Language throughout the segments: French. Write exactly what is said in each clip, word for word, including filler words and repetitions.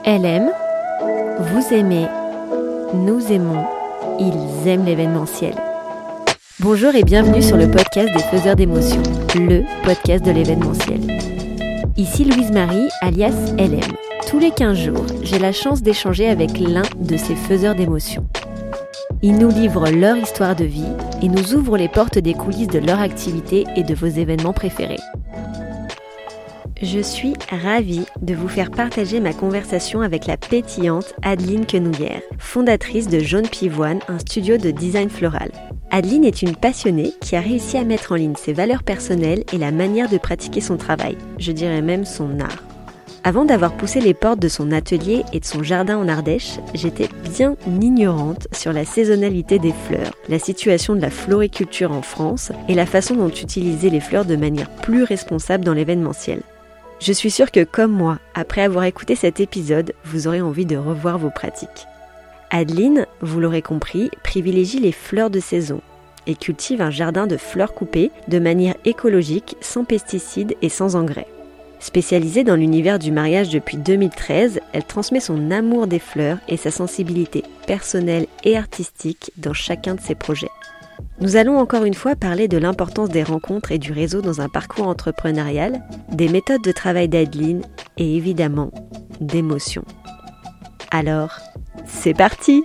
Elle aime, vous aimez, nous aimons, ils aiment l'événementiel. Bonjour et bienvenue sur le podcast des faiseurs d'émotions, le podcast de l'événementiel. Ici Louise Marie, alias Elle aime. Tous les quinze jours, j'ai la chance d'échanger avec l'un de ces faiseurs d'émotions. Ils nous livrent leur histoire de vie et nous ouvrent les portes des coulisses de leur activité et de vos événements préférés. Je suis ravie de vous faire partager ma conversation avec la pétillante Adeline Quenouillère, fondatrice de Jaune Pivoine, un studio de design floral. Adeline est une passionnée qui a réussi à mettre en ligne ses valeurs personnelles et la manière de pratiquer son travail, je dirais même son art. Avant d'avoir poussé les portes de son atelier et de son jardin en Ardèche, j'étais bien ignorante sur la saisonnalité des fleurs, la situation de la floriculture en France et la façon dont utiliser les fleurs de manière plus responsable dans l'événementiel. Je suis sûre que, comme moi, après avoir écouté cet épisode, vous aurez envie de revoir vos pratiques. Adeline, vous l'aurez compris, privilégie les fleurs de saison et cultive un jardin de fleurs coupées de manière écologique, sans pesticides et sans engrais. Spécialisée dans l'univers du mariage depuis deux mille treize, elle transmet son amour des fleurs et sa sensibilité personnelle et artistique dans chacun de ses projets. Nous allons encore une fois parler de l'importance des rencontres et du réseau dans un parcours entrepreneurial, des méthodes de travail d'Adeline et évidemment d'émotions. Alors, c'est parti!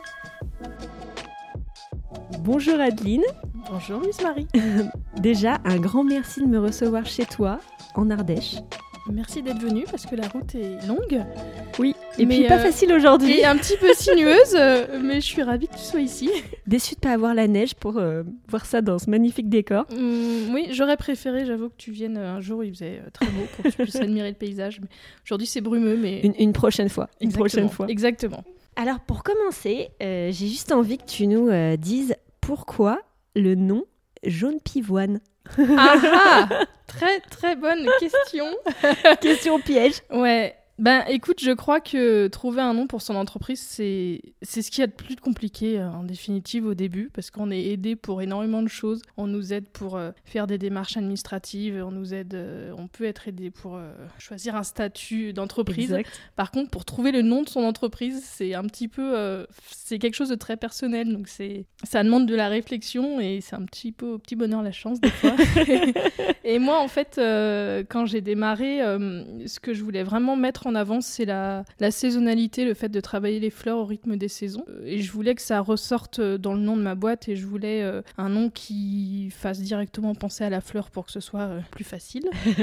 Bonjour Adeline. Bonjour Louise Marie. Déjà, un grand merci de me recevoir chez toi, en Ardèche. Merci d'être venue parce que la route est longue. Oui, et mais puis pas euh, facile aujourd'hui. Et un petit peu sinueuse, euh, mais je suis ravie que tu sois ici. Déçue de ne pas avoir la neige pour euh, voir ça dans ce magnifique décor. Mmh, oui, j'aurais préféré, j'avoue, que tu viennes un jour où il faisait euh, très beau pour que tu puisses admirer le paysage. Mais aujourd'hui, c'est brumeux, mais... Une, une prochaine fois. Une Exactement, prochaine fois. Exactement. Alors, pour commencer, euh, j'ai juste envie que tu nous euh, dises pourquoi le nom Jaune Pivoine. Ah ah Très très bonne question. Question piège. Ouais. Ben écoute, je crois que trouver un nom pour son entreprise, c'est, c'est ce qu'il y a de plus compliqué euh, en définitive au début, parce qu'on est aidé pour énormément de choses. On nous aide pour euh, faire des démarches administratives, on nous aide, euh, on peut être aidé pour euh, choisir un statut d'entreprise. Exact. Par contre, pour trouver le nom de son entreprise, c'est un petit peu, euh, c'est quelque chose de très personnel, donc c'est, ça demande de la réflexion et c'est un petit peu au petit bonheur la chance des fois. Et moi, en fait, euh, quand j'ai démarré, euh, ce que je voulais vraiment mettre en avant, c'est la, la saisonnalité, le fait de travailler les fleurs au rythme des saisons. Et je voulais que ça ressorte dans le nom de ma boîte et je voulais euh, un nom qui fasse directement penser à la fleur pour que ce soit euh, plus facile.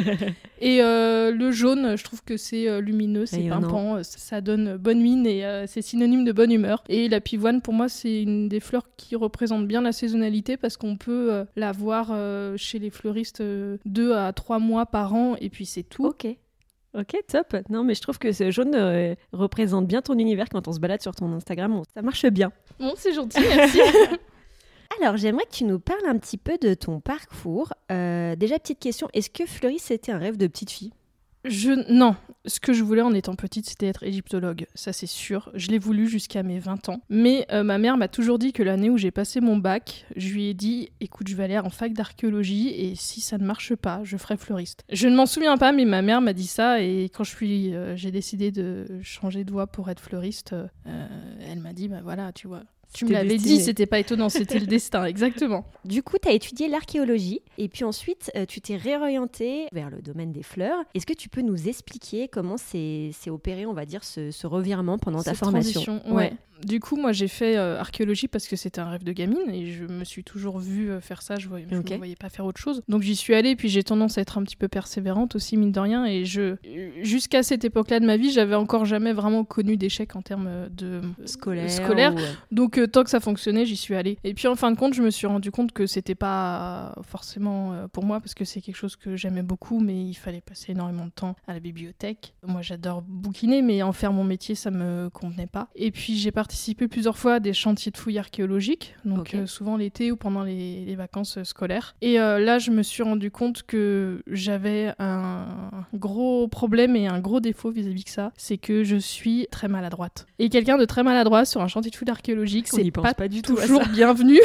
Et euh, le jaune, je trouve que c'est euh, lumineux, c'est pimpant, ça, ça donne bonne mine et euh, c'est synonyme de bonne humeur. Et la pivoine, pour moi, c'est une des fleurs qui représente bien la saisonnalité parce qu'on peut euh, la voir euh, chez les fleuristes euh, deux à trois mois par an et puis c'est tout. Ok. Ok, top. Non, mais je trouve que ce jaune euh, représente bien ton univers quand on se balade sur ton Instagram. Ça marche bien. Bon, c'est gentil, merci. Alors, j'aimerais que tu nous parles un petit peu de ton parcours. Euh, déjà, petite question, est-ce que fleuriste, c'était un rêve de petite fille ? Je... Non, ce que je voulais en étant petite, c'était être égyptologue, ça c'est sûr. Je l'ai voulu jusqu'à mes vingt ans. Mais euh, ma mère m'a toujours dit que l'année où j'ai passé mon bac, je lui ai dit « Écoute, je vais aller en fac d'archéologie et si ça ne marche pas, je ferai fleuriste. » Je ne m'en souviens pas, mais ma mère m'a dit ça et quand je suis, euh, j'ai décidé de changer de voie pour être fleuriste, euh, elle m'a dit « Bah voilà, tu vois. » Tu me l'avais destiné. Dit, c'était pas étonnant, c'était le destin, exactement. Du coup, tu as étudié l'archéologie et puis ensuite, euh, tu t'es réorientée vers le domaine des fleurs. Est-ce que tu peux nous expliquer comment s'est, s'est opéré, on va dire, ce, ce revirement pendant Cette ta formation ? Transition, ouais. ouais. Du coup, moi, j'ai fait euh, archéologie parce que c'était un rêve de gamine et je me suis toujours vue euh, faire ça. Je ne okay. me voyais pas faire autre chose. Donc, j'y suis allée. Puis, j'ai tendance à être un petit peu persévérante aussi, mine de rien. Et je, jusqu'à cette époque-là de ma vie, j'avais encore jamais vraiment connu d'échec en termes de scolaire. scolaire. Ou... Donc, euh, tant que ça fonctionnait, j'y suis allée. Et puis, en fin de compte, je me suis rendu compte que c'était pas forcément euh, pour moi parce que c'est quelque chose que j'aimais beaucoup, mais il fallait passer énormément de temps à la bibliothèque. Moi, j'adore bouquiner, mais en faire mon métier, ça me convenait pas. Et puis, j'ai participé participé plusieurs fois à des chantiers de fouilles archéologiques, donc okay. euh, souvent l'été ou pendant les, les vacances euh, scolaires. Et euh, là, je me suis rendu compte que j'avais un gros problème et un gros défaut vis-à-vis de ça, c'est que je suis très maladroite. Et quelqu'un de très maladroit sur un chantier de fouilles archéologiques, c'est pas, pas du tout toujours bienvenu.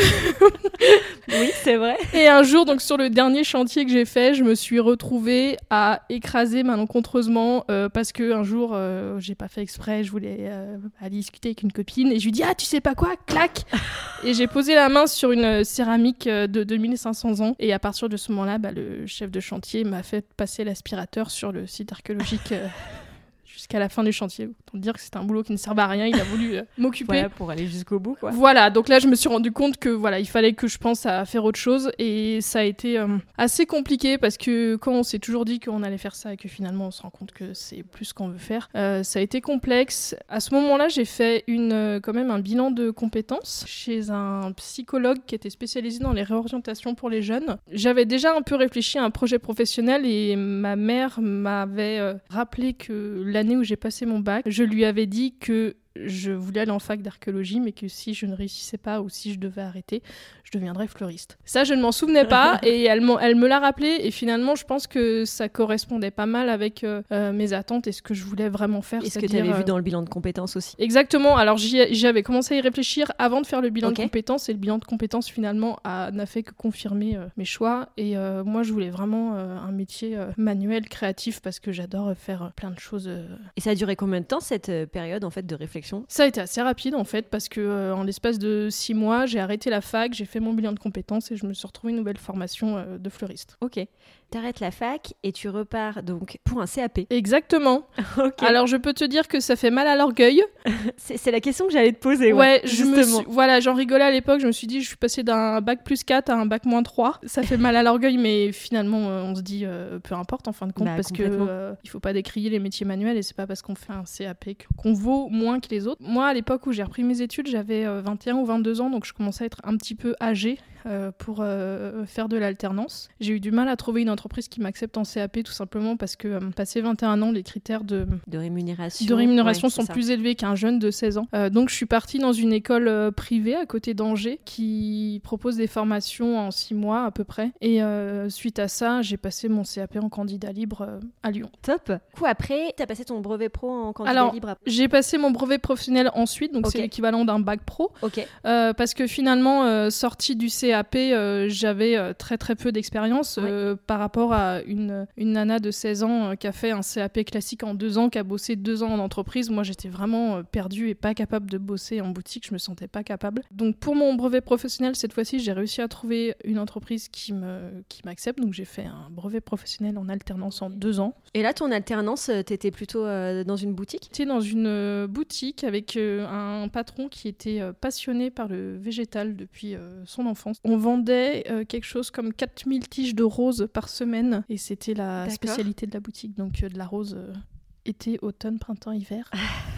Oui, c'est vrai. Et un jour, donc sur le dernier chantier que j'ai fait, je me suis retrouvée à écraser malencontreusement euh, parce que un jour, euh, j'ai pas fait exprès, je voulais euh, aller discuter avec une copine et je lui dis ah tu sais pas quoi, clac. Et j'ai posé la main sur une céramique de deux mille cinq cents ans et à partir de ce moment-là, bah, le chef de chantier m'a fait passer l'aspirateur sur le site archéologique. Euh, jusqu'à la fin du chantier. Autant dire que c'était un boulot qui ne servait à rien, il a voulu euh, m'occuper. Voilà, pour aller jusqu'au bout, quoi. Voilà, donc là, je me suis rendu compte que voilà, il fallait que je pense à faire autre chose et ça a été euh, assez compliqué parce que quand on s'est toujours dit qu'on allait faire ça et que finalement on se rend compte que c'est plus ce qu'on veut faire, euh, ça a été complexe. À ce moment-là, j'ai fait une, euh, quand même un bilan de compétences chez un psychologue qui était spécialisé dans les réorientations pour les jeunes. J'avais déjà un peu réfléchi à un projet professionnel et ma mère m'avait euh, rappelé que l'année où j'ai passé mon bac, je lui avais dit que je voulais aller en fac d'archéologie, mais que si je ne réussissais pas ou si je devais arrêter, je deviendrais fleuriste. Ça, je ne m'en souvenais pas et elle, elle me l'a rappelé et finalement, je pense que ça correspondait pas mal avec euh, mes attentes et ce que je voulais vraiment faire. Et ce que tu avais euh... vu dans le bilan de compétences aussi. Exactement. Alors, j'y, j'y avais commencé à y réfléchir avant de faire le bilan okay. de compétences et le bilan de compétences, finalement, a, n'a fait que confirmer euh, mes choix. Et euh, moi, je voulais vraiment euh, un métier euh, manuel, créatif, parce que j'adore faire euh, plein de choses. Euh... Et ça a duré combien de temps, cette euh, période en fait, de réflexion ? Ça a été assez rapide en fait parce que euh, en l'espace de six mois, j'ai arrêté la fac, j'ai fait mon bilan de compétences et je me suis retrouvée une nouvelle formation euh, de fleuriste. Ok. T'arrêtes la fac et tu repars donc pour un C A P. Exactement. Okay. Alors je peux te dire que ça fait mal à l'orgueil. c'est, c'est la question que j'allais te poser. Ouais, ouais je me suis, voilà, j'en rigolais à l'époque. Je me suis dit, je suis passée d'un bac plus quatre à un bac moins trois. Ça fait mal à l'orgueil, mais finalement, euh, on se dit, euh, peu importe en fin de compte, bah, parce que euh, il faut pas décrier les métiers manuels et c'est pas parce qu'on fait un C A P qu'on vaut moins que les autres. Moi, à l'époque où j'ai repris mes études, j'avais euh, vingt et un ou vingt-deux ans, donc je commençais à être un petit peu âgée euh, pour euh, faire de l'alternance. J'ai eu du mal à trouver une entreprise qui m'accepte en C A P tout simplement parce que euh, passé vingt et un ans, les critères de, de rémunération, de rémunération ouais, sont plus élevés qu'un jeune de seize ans. Euh, donc je suis partie dans une école euh, privée à côté d'Angers qui propose des formations en six mois à peu près. Et euh, suite à ça, j'ai passé mon C A P en candidat libre euh, à Lyon. Top. Du coup, après, tu as passé ton brevet pro en candidat Alors, libre après. J'ai passé mon brevet professionnel ensuite, donc okay. c'est l'équivalent d'un bac pro. Okay. Euh, parce que finalement, euh, sortie du C A P, euh, j'avais euh, très très peu d'expérience ouais. euh, par rapport à une, une nana de seize ans euh, qui a fait un C A P classique en deux ans, qui a bossé deux ans en entreprise. Moi, j'étais vraiment euh, perdue et pas capable de bosser en boutique. Je me sentais pas capable. Donc, pour mon brevet professionnel, cette fois-ci, j'ai réussi à trouver une entreprise qui, me, qui m'accepte. Donc, j'ai fait un brevet professionnel en alternance en deux ans. Et là, ton alternance, t'étais plutôt euh, dans une boutique ? J'étais dans une euh, boutique avec euh, un patron qui était euh, passionné par le végétal depuis euh, son enfance. On vendait euh, quelque chose comme quatre mille tiges de roses par semaine et c'était la D'accord. spécialité de la boutique. Donc, euh, de la rose... Euh... été, automne, printemps, hiver.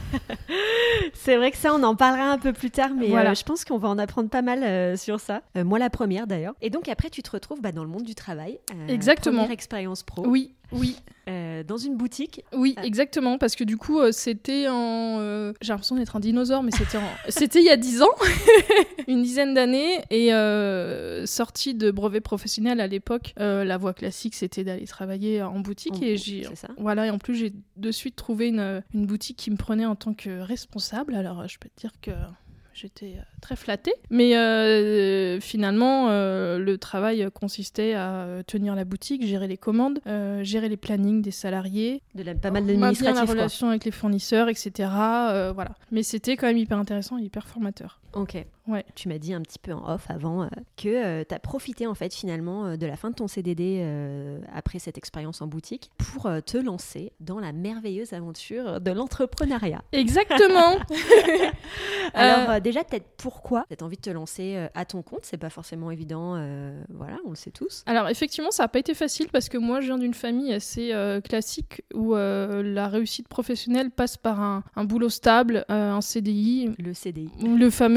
C'est vrai que ça, on en parlera un peu plus tard, mais voilà. euh, je pense qu'on va en apprendre pas mal euh, sur ça. Euh, moi, la première d'ailleurs. Et donc après, tu te retrouves bah, dans le monde du travail. Euh, Exactement. Première expérience pro. Oui, oui. Euh, dans une boutique. Oui, ah. exactement, parce que du coup, euh, c'était en... Euh, j'ai l'impression d'être un dinosaure, mais c'était, en... c'était il y a dix ans, une dizaine d'années, et euh, sortie de brevet professionnel à l'époque, euh, la voie classique, c'était d'aller travailler en boutique, en... et j'ai... C'est ça. Voilà, et en plus, j'ai de suite trouvé une, une boutique qui me prenait en tant que responsable, alors je peux te dire que... J'étais très flattée, mais euh, finalement, euh, le travail consistait à tenir la boutique, gérer les commandes, euh, gérer les plannings des salariés, de la, pas mal d'administratifs, maintenir la relation avec les fournisseurs, et cetera. Euh, voilà. Mais c'était quand même hyper intéressant et hyper formateur. Ok. Ouais. Tu m'as dit un petit peu en off avant euh, que euh, tu as profité en fait finalement euh, de la fin de ton C D D euh, après cette expérience en boutique pour euh, te lancer dans la merveilleuse aventure de l'entrepreneuriat. Exactement. Alors euh, déjà peut-être pourquoi tu as envie de te lancer euh, à ton compte, c'est pas forcément évident, euh, voilà, on le sait tous. Alors effectivement ça n'a pas été facile parce que moi je viens d'une famille assez euh, classique où euh, la réussite professionnelle passe par un, un boulot stable, euh, un C D I. Le C D I. Le fameux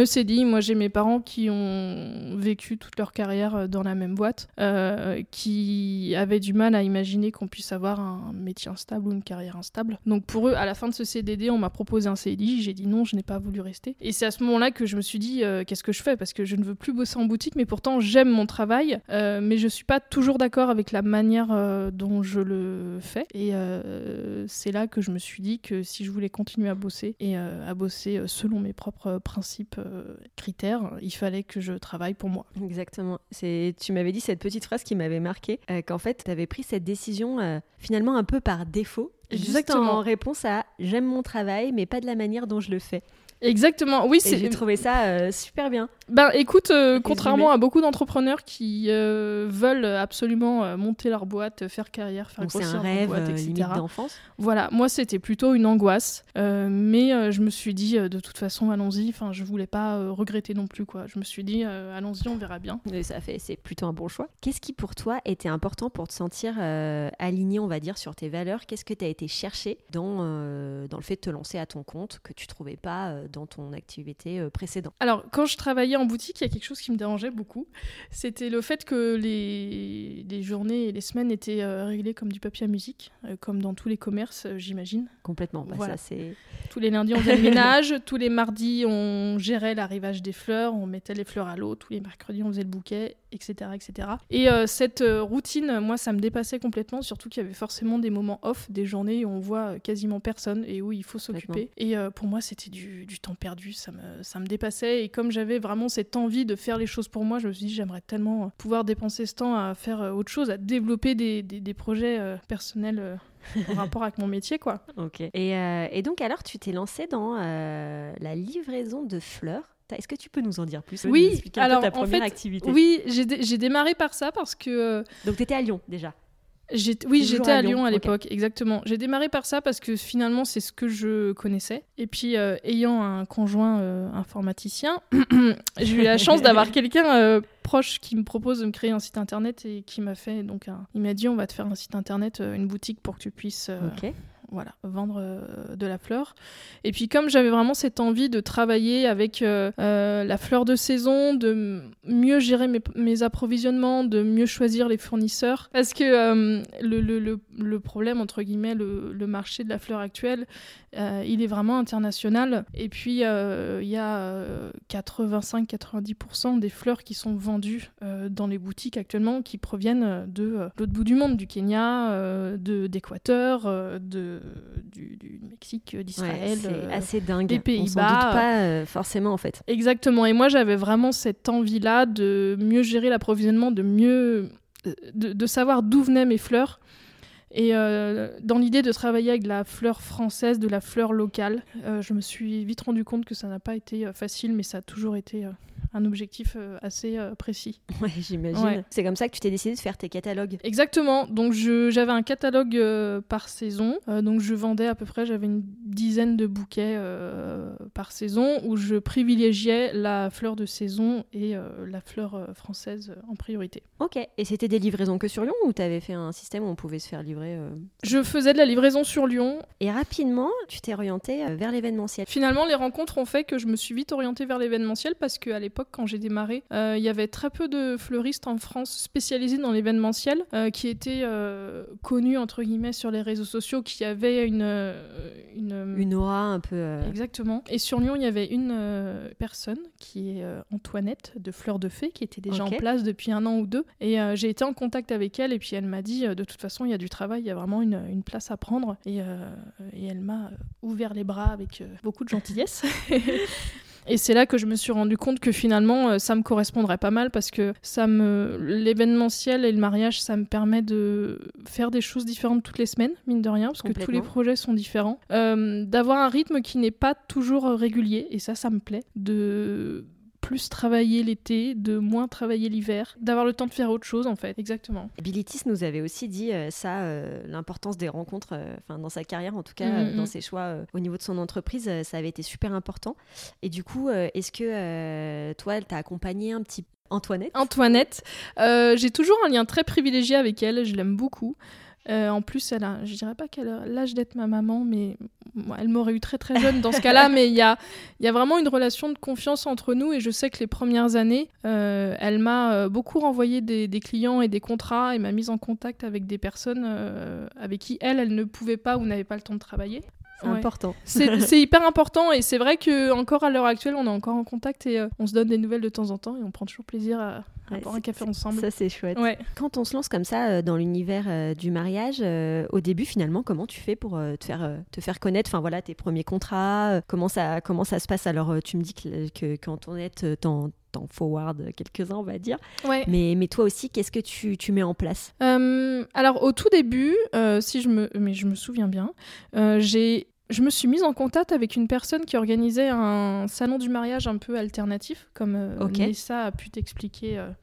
le C D I, moi j'ai mes parents qui ont vécu toute leur carrière dans la même boîte, euh, qui avaient du mal à imaginer qu'on puisse avoir un métier instable ou une carrière instable. Donc pour eux, à la fin de ce C D D, on m'a proposé un C D I, j'ai dit non, je n'ai pas voulu rester. Et c'est à ce moment-là que je me suis dit, euh, qu'est-ce que je fais ? Parce que je ne veux plus bosser en boutique, mais pourtant j'aime mon travail, euh, mais je suis pas toujours d'accord avec la manière euh, dont je le fais. Et euh, c'est là que je me suis dit que si je voulais continuer à bosser, et euh, à bosser selon mes propres principes, euh, critères, il fallait que je travaille pour moi. Exactement. C'est... Tu m'avais dit cette petite phrase qui m'avait marquée, euh, qu'en fait, tu avais pris cette décision euh, finalement un peu par défaut, Exactement. Juste en réponse à « j'aime mon travail, mais pas de la manière dont je le fais ». Exactement, oui. C'est... Et j'ai trouvé ça euh, super bien. Ben écoute, euh, contrairement à beaucoup d'entrepreneurs qui euh, veulent absolument euh, monter leur boîte, faire carrière, faire Donc grossir c'est un leur rêve, boîte, euh, et cetera. Limite d'enfance. Voilà, moi c'était plutôt une angoisse, euh, mais euh, je me suis dit euh, de toute façon allons-y. Enfin, je voulais pas euh, regretter non plus quoi. Je me suis dit euh, allons-y, on verra bien. Et ça fait, c'est plutôt un bon choix. Qu'est-ce qui pour toi était important pour te sentir euh, aligné, on va dire, sur tes valeurs ? Qu'est-ce que tu as été chercher dans euh, dans le fait de te lancer à ton compte que tu trouvais pas euh, dans ton activité précédent? Alors, quand je travaillais en boutique, il y a quelque chose qui me dérangeait beaucoup. C'était le fait que les, les journées et les semaines étaient euh, réglées comme du papier à musique, euh, comme dans tous les commerces, euh, j'imagine. Complètement. Bah voilà. Ça, c'est... Tous les lundis, on faisait le ménage. Tous les mardis, on gérait l'arrivage des fleurs. On mettait les fleurs à l'eau. Tous les mercredis, on faisait le bouquet, et cetera et cetera. Et euh, cette euh, routine, moi, ça me dépassait complètement, surtout qu'il y avait forcément des moments off, des journées où on voit quasiment personne et où il faut s'occuper. Et euh, pour moi, c'était du, du temps perdu. Ça me, ça me dépassait. Et comme j'avais vraiment cette envie de faire les choses pour moi, je me suis dit, j'aimerais tellement pouvoir dépenser ce temps à faire autre chose, à développer des, des, des projets euh, personnels euh, en rapport avec mon métier, quoi. Ok. Et, euh, et donc, alors, tu t'es lancée dans euh, la livraison de fleurs. Est-ce que tu peux nous en dire plus ? Oui, nous expliquer un alors peu ta première en fait, activité. Oui, j'ai, dé- j'ai démarré par ça parce que... Euh, donc, tu étais à Lyon, déjà ? J'étais, oui, Toujours j'étais à à Lyon, Lyon à okay. l'époque, exactement. J'ai démarré par ça parce que finalement, c'est ce que je connaissais. Et puis, euh, ayant un conjoint euh, informaticien, j'ai eu la chance d'avoir quelqu'un euh, proche qui me propose de me créer un site internet et qui m'a fait donc un... Il m'a dit, on va te faire un site internet, euh, une boutique pour que tu puisses... Euh, okay. Voilà, vendre euh, de la fleur. Et puis comme j'avais vraiment cette envie de travailler avec euh, euh, la fleur de saison, de m- mieux gérer mes, mes approvisionnements, de mieux choisir les fournisseurs, parce que euh, le, le, le, le problème, entre guillemets, le, le marché de la fleur actuelle, euh, il est vraiment international. Et puis il euh, y a euh, quatre-vingt-cinq à quatre-vingt-dix pour cent des fleurs qui sont vendues euh, dans les boutiques actuellement qui proviennent de euh, l'autre bout du monde, du Kenya, euh, de, d'Équateur, euh, de Du, du Mexique, d'Israël, ouais, c'est euh, assez dingue. des Pays-Bas. On s'en doute pas euh, forcément en fait. Exactement. Et moi, j'avais vraiment cette envie-là de mieux gérer l'approvisionnement, de mieux, de, de savoir d'où venaient mes fleurs. Et euh, dans l'idée de travailler avec de la fleur française, de la fleur locale, euh, je me suis vite rendu compte que ça n'a pas été euh, facile, mais ça a toujours été euh, un objectif euh, assez euh, précis. Ouais, j'imagine. Ouais. C'est comme ça que tu t'es décidé de faire tes catalogues. Exactement. Donc je, j'avais un catalogue euh, par saison. Euh, donc je vendais à peu près, j'avais une dizaine de bouquets euh, par saison où je privilégiais la fleur de saison et euh, la fleur euh, française en priorité. Ok. Et c'était des livraisons que sur Lyon ou t'avais fait un système où on pouvait se faire livrer euh... Je faisais de la livraison sur Lyon. Et rapidement, tu t'es orientée vers l'événementiel. Finalement, les rencontres ont fait que je me suis vite orientée vers l'événementiel parce qu'à l'époque, quand j'ai démarré, il euh, y avait très peu de fleuristes en France spécialisés dans l'événementiel euh, qui étaient euh, connus, entre guillemets, sur les réseaux sociaux, qui avaient une... Une, une aura un peu... Euh... Exactement. Et sur Lyon, il y avait une euh, personne qui est euh, Antoinette de Fleur de Fée, qui était déjà okay. en place depuis un an ou deux. Et euh, j'ai été en contact avec elle et puis elle m'a dit, euh, de toute façon, il y a du travail, il y a vraiment une, une place à prendre. Et, euh, et elle m'a ouvert les bras avec euh, beaucoup de gentillesse. Et c'est là que je me suis rendu compte que finalement, ça me correspondrait pas mal parce que ça me... l'événementiel et le mariage, ça me permet de faire des choses différentes toutes les semaines, mine de rien, parce que tous les projets sont différents. Euh, d'avoir un rythme qui n'est pas toujours régulier, et ça, ça me plaît. De... plus travailler l'été, de moins travailler l'hiver, d'avoir le temps de faire autre chose en fait, exactement. Bilitis nous avait aussi dit euh, ça, euh, l'importance des rencontres, enfin euh, dans sa carrière en tout cas, mm-hmm. euh, dans ses choix euh, au niveau de son entreprise, euh, ça avait été super important. Et du coup, euh, est-ce que euh, toi, elle t'a accompagné un petit peu Antoinette Antoinette, euh, j'ai toujours un lien très privilégié avec elle, je l'aime beaucoup. Euh, en plus, elle a, je dirais pas qu'elle a l'âge d'être ma maman, mais moi, elle m'aurait eu très très jeune dans ce cas-là. Mais il y a, il y a vraiment une relation de confiance entre nous et je sais que les premières années, euh, elle m'a euh, beaucoup renvoyé des, des clients et des contrats et m'a mise en contact avec des personnes euh, avec qui elle, elle ne pouvait pas ou n'avait pas le temps de travailler. C'est ouais. important. C'est, c'est hyper important et c'est vrai qu'encore à l'heure actuelle, on est encore en contact et euh, on se donne des nouvelles de temps en temps et on prend toujours plaisir à, à ouais, boire un café ensemble. Ça, c'est chouette. Ouais. Quand on se lance comme ça euh, dans l'univers euh, du mariage, euh, au début, finalement, comment tu fais pour euh, te, faire, euh, te faire connaître, enfin, voilà, tes premiers contrats, euh, comment, ça, comment ça se passe? Alors, euh, tu me dis que, que quand on est euh, t'en, t'en forward quelques-uns, on va dire. Ouais. Mais, mais toi aussi, qu'est-ce que tu, tu mets en place? euh, Alors, au tout début, euh, si je me, mais je me souviens bien, euh, j'ai... Je me suis mise en contact avec une personne qui organisait un salon du mariage un peu alternatif, comme euh, okay. Nessa a pu t'expliquer euh,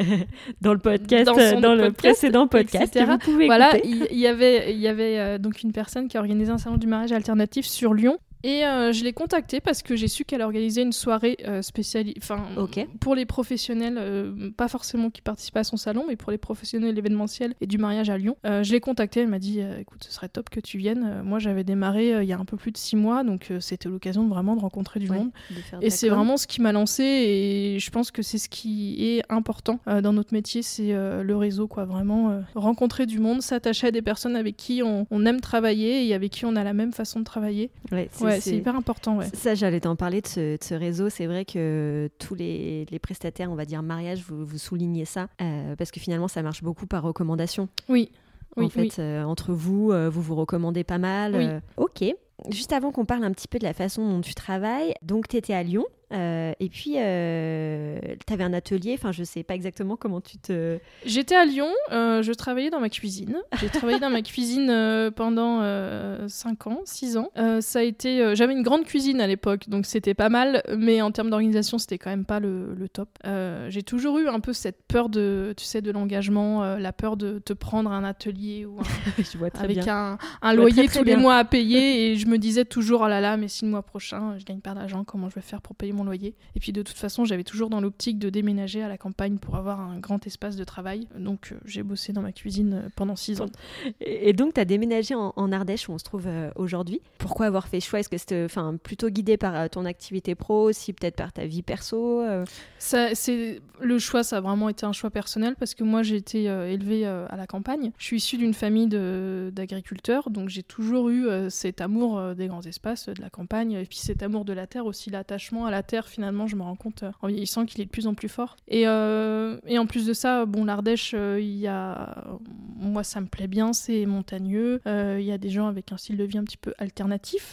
dans le podcast, dans, euh, dans le podcast, précédent podcast. Que vous pouvez voilà, il y, y avait, il y avait euh, donc une personne qui organisait un salon du mariage alternatif sur Lyon. Et euh, je l'ai contactée parce que j'ai su qu'elle organisait une soirée euh, spéciale, enfin okay. pour les professionnels, euh, pas forcément qui participaient à son salon, mais pour les professionnels événementiels et du mariage à Lyon. Euh, je l'ai contactée, elle m'a dit euh, écoute, ce serait top que tu viennes. Euh, moi, j'avais démarré euh, il y a un peu plus de six mois, donc euh, c'était l'occasion de vraiment de rencontrer du ouais, monde. Et c'est vraiment ce qui m'a lancée et je pense que c'est ce qui est important euh, dans notre métier, c'est euh, le réseau, quoi. Vraiment euh, rencontrer du monde, s'attacher à des personnes avec qui on, on aime travailler et avec qui on a la même façon de travailler. Ouais, c'est Ouais, c'est... c'est hyper important. Ouais. Ça, j'allais t'en parler de ce, de ce réseau. C'est vrai que tous les, les prestataires, on va dire mariage, vous, vous soulignez ça euh, parce que finalement, ça marche beaucoup par recommandation. Oui. En oui, fait, oui. Euh, entre vous, euh, vous vous recommandez pas mal. Oui. Euh, ok. Juste avant qu'on parle un petit peu de la façon dont tu travailles, donc tu étais à Lyon. Euh, et puis, euh, tu avais un atelier, enfin, je sais pas exactement comment tu te... J'étais à Lyon, euh, je travaillais dans ma cuisine. J'ai travaillé dans ma cuisine euh, pendant euh, cinq ans, six ans. Euh, ça a été, euh, j'avais une grande cuisine à l'époque, donc c'était pas mal, mais en termes d'organisation, c'était quand même pas le, le top. Euh, j'ai toujours eu un peu cette peur de, tu sais, de l'engagement, euh, la peur de te prendre un atelier ou un, je vois très avec bien. un, un loyer très, très tous bien. les mois à payer, et je me disais toujours, oh là là, mais si le mois prochain, je gagne pas d'argent, comment je vais faire pour payer mon loyer? Et puis de toute façon, j'avais toujours dans l'optique de déménager à la campagne pour avoir un grand espace de travail. Donc euh, j'ai bossé dans ma cuisine pendant six ans. Et donc tu as déménagé en, en Ardèche où on se trouve euh, aujourd'hui. Pourquoi avoir fait ce choix? Est-ce que c'était plutôt guidé par euh, ton activité pro, aussi peut-être par ta vie perso euh... ça, c'est... Le choix, ça a vraiment été un choix personnel parce que moi j'ai été euh, élevée euh, à la campagne. Je suis issue d'une famille de, d'agriculteurs, donc j'ai toujours eu euh, cet amour euh, des grands espaces, euh, de la campagne, et puis cet amour de la terre aussi, l'attachement à la terre finalement. Je me rends compte euh, en vieillissant qu'il est de plus en plus fort. Et, euh, et en plus de ça, bon, l'Ardèche, il euh, y a... moi, ça me plaît bien, c'est montagneux. Il euh, y a des gens avec un style de vie un petit peu alternatif.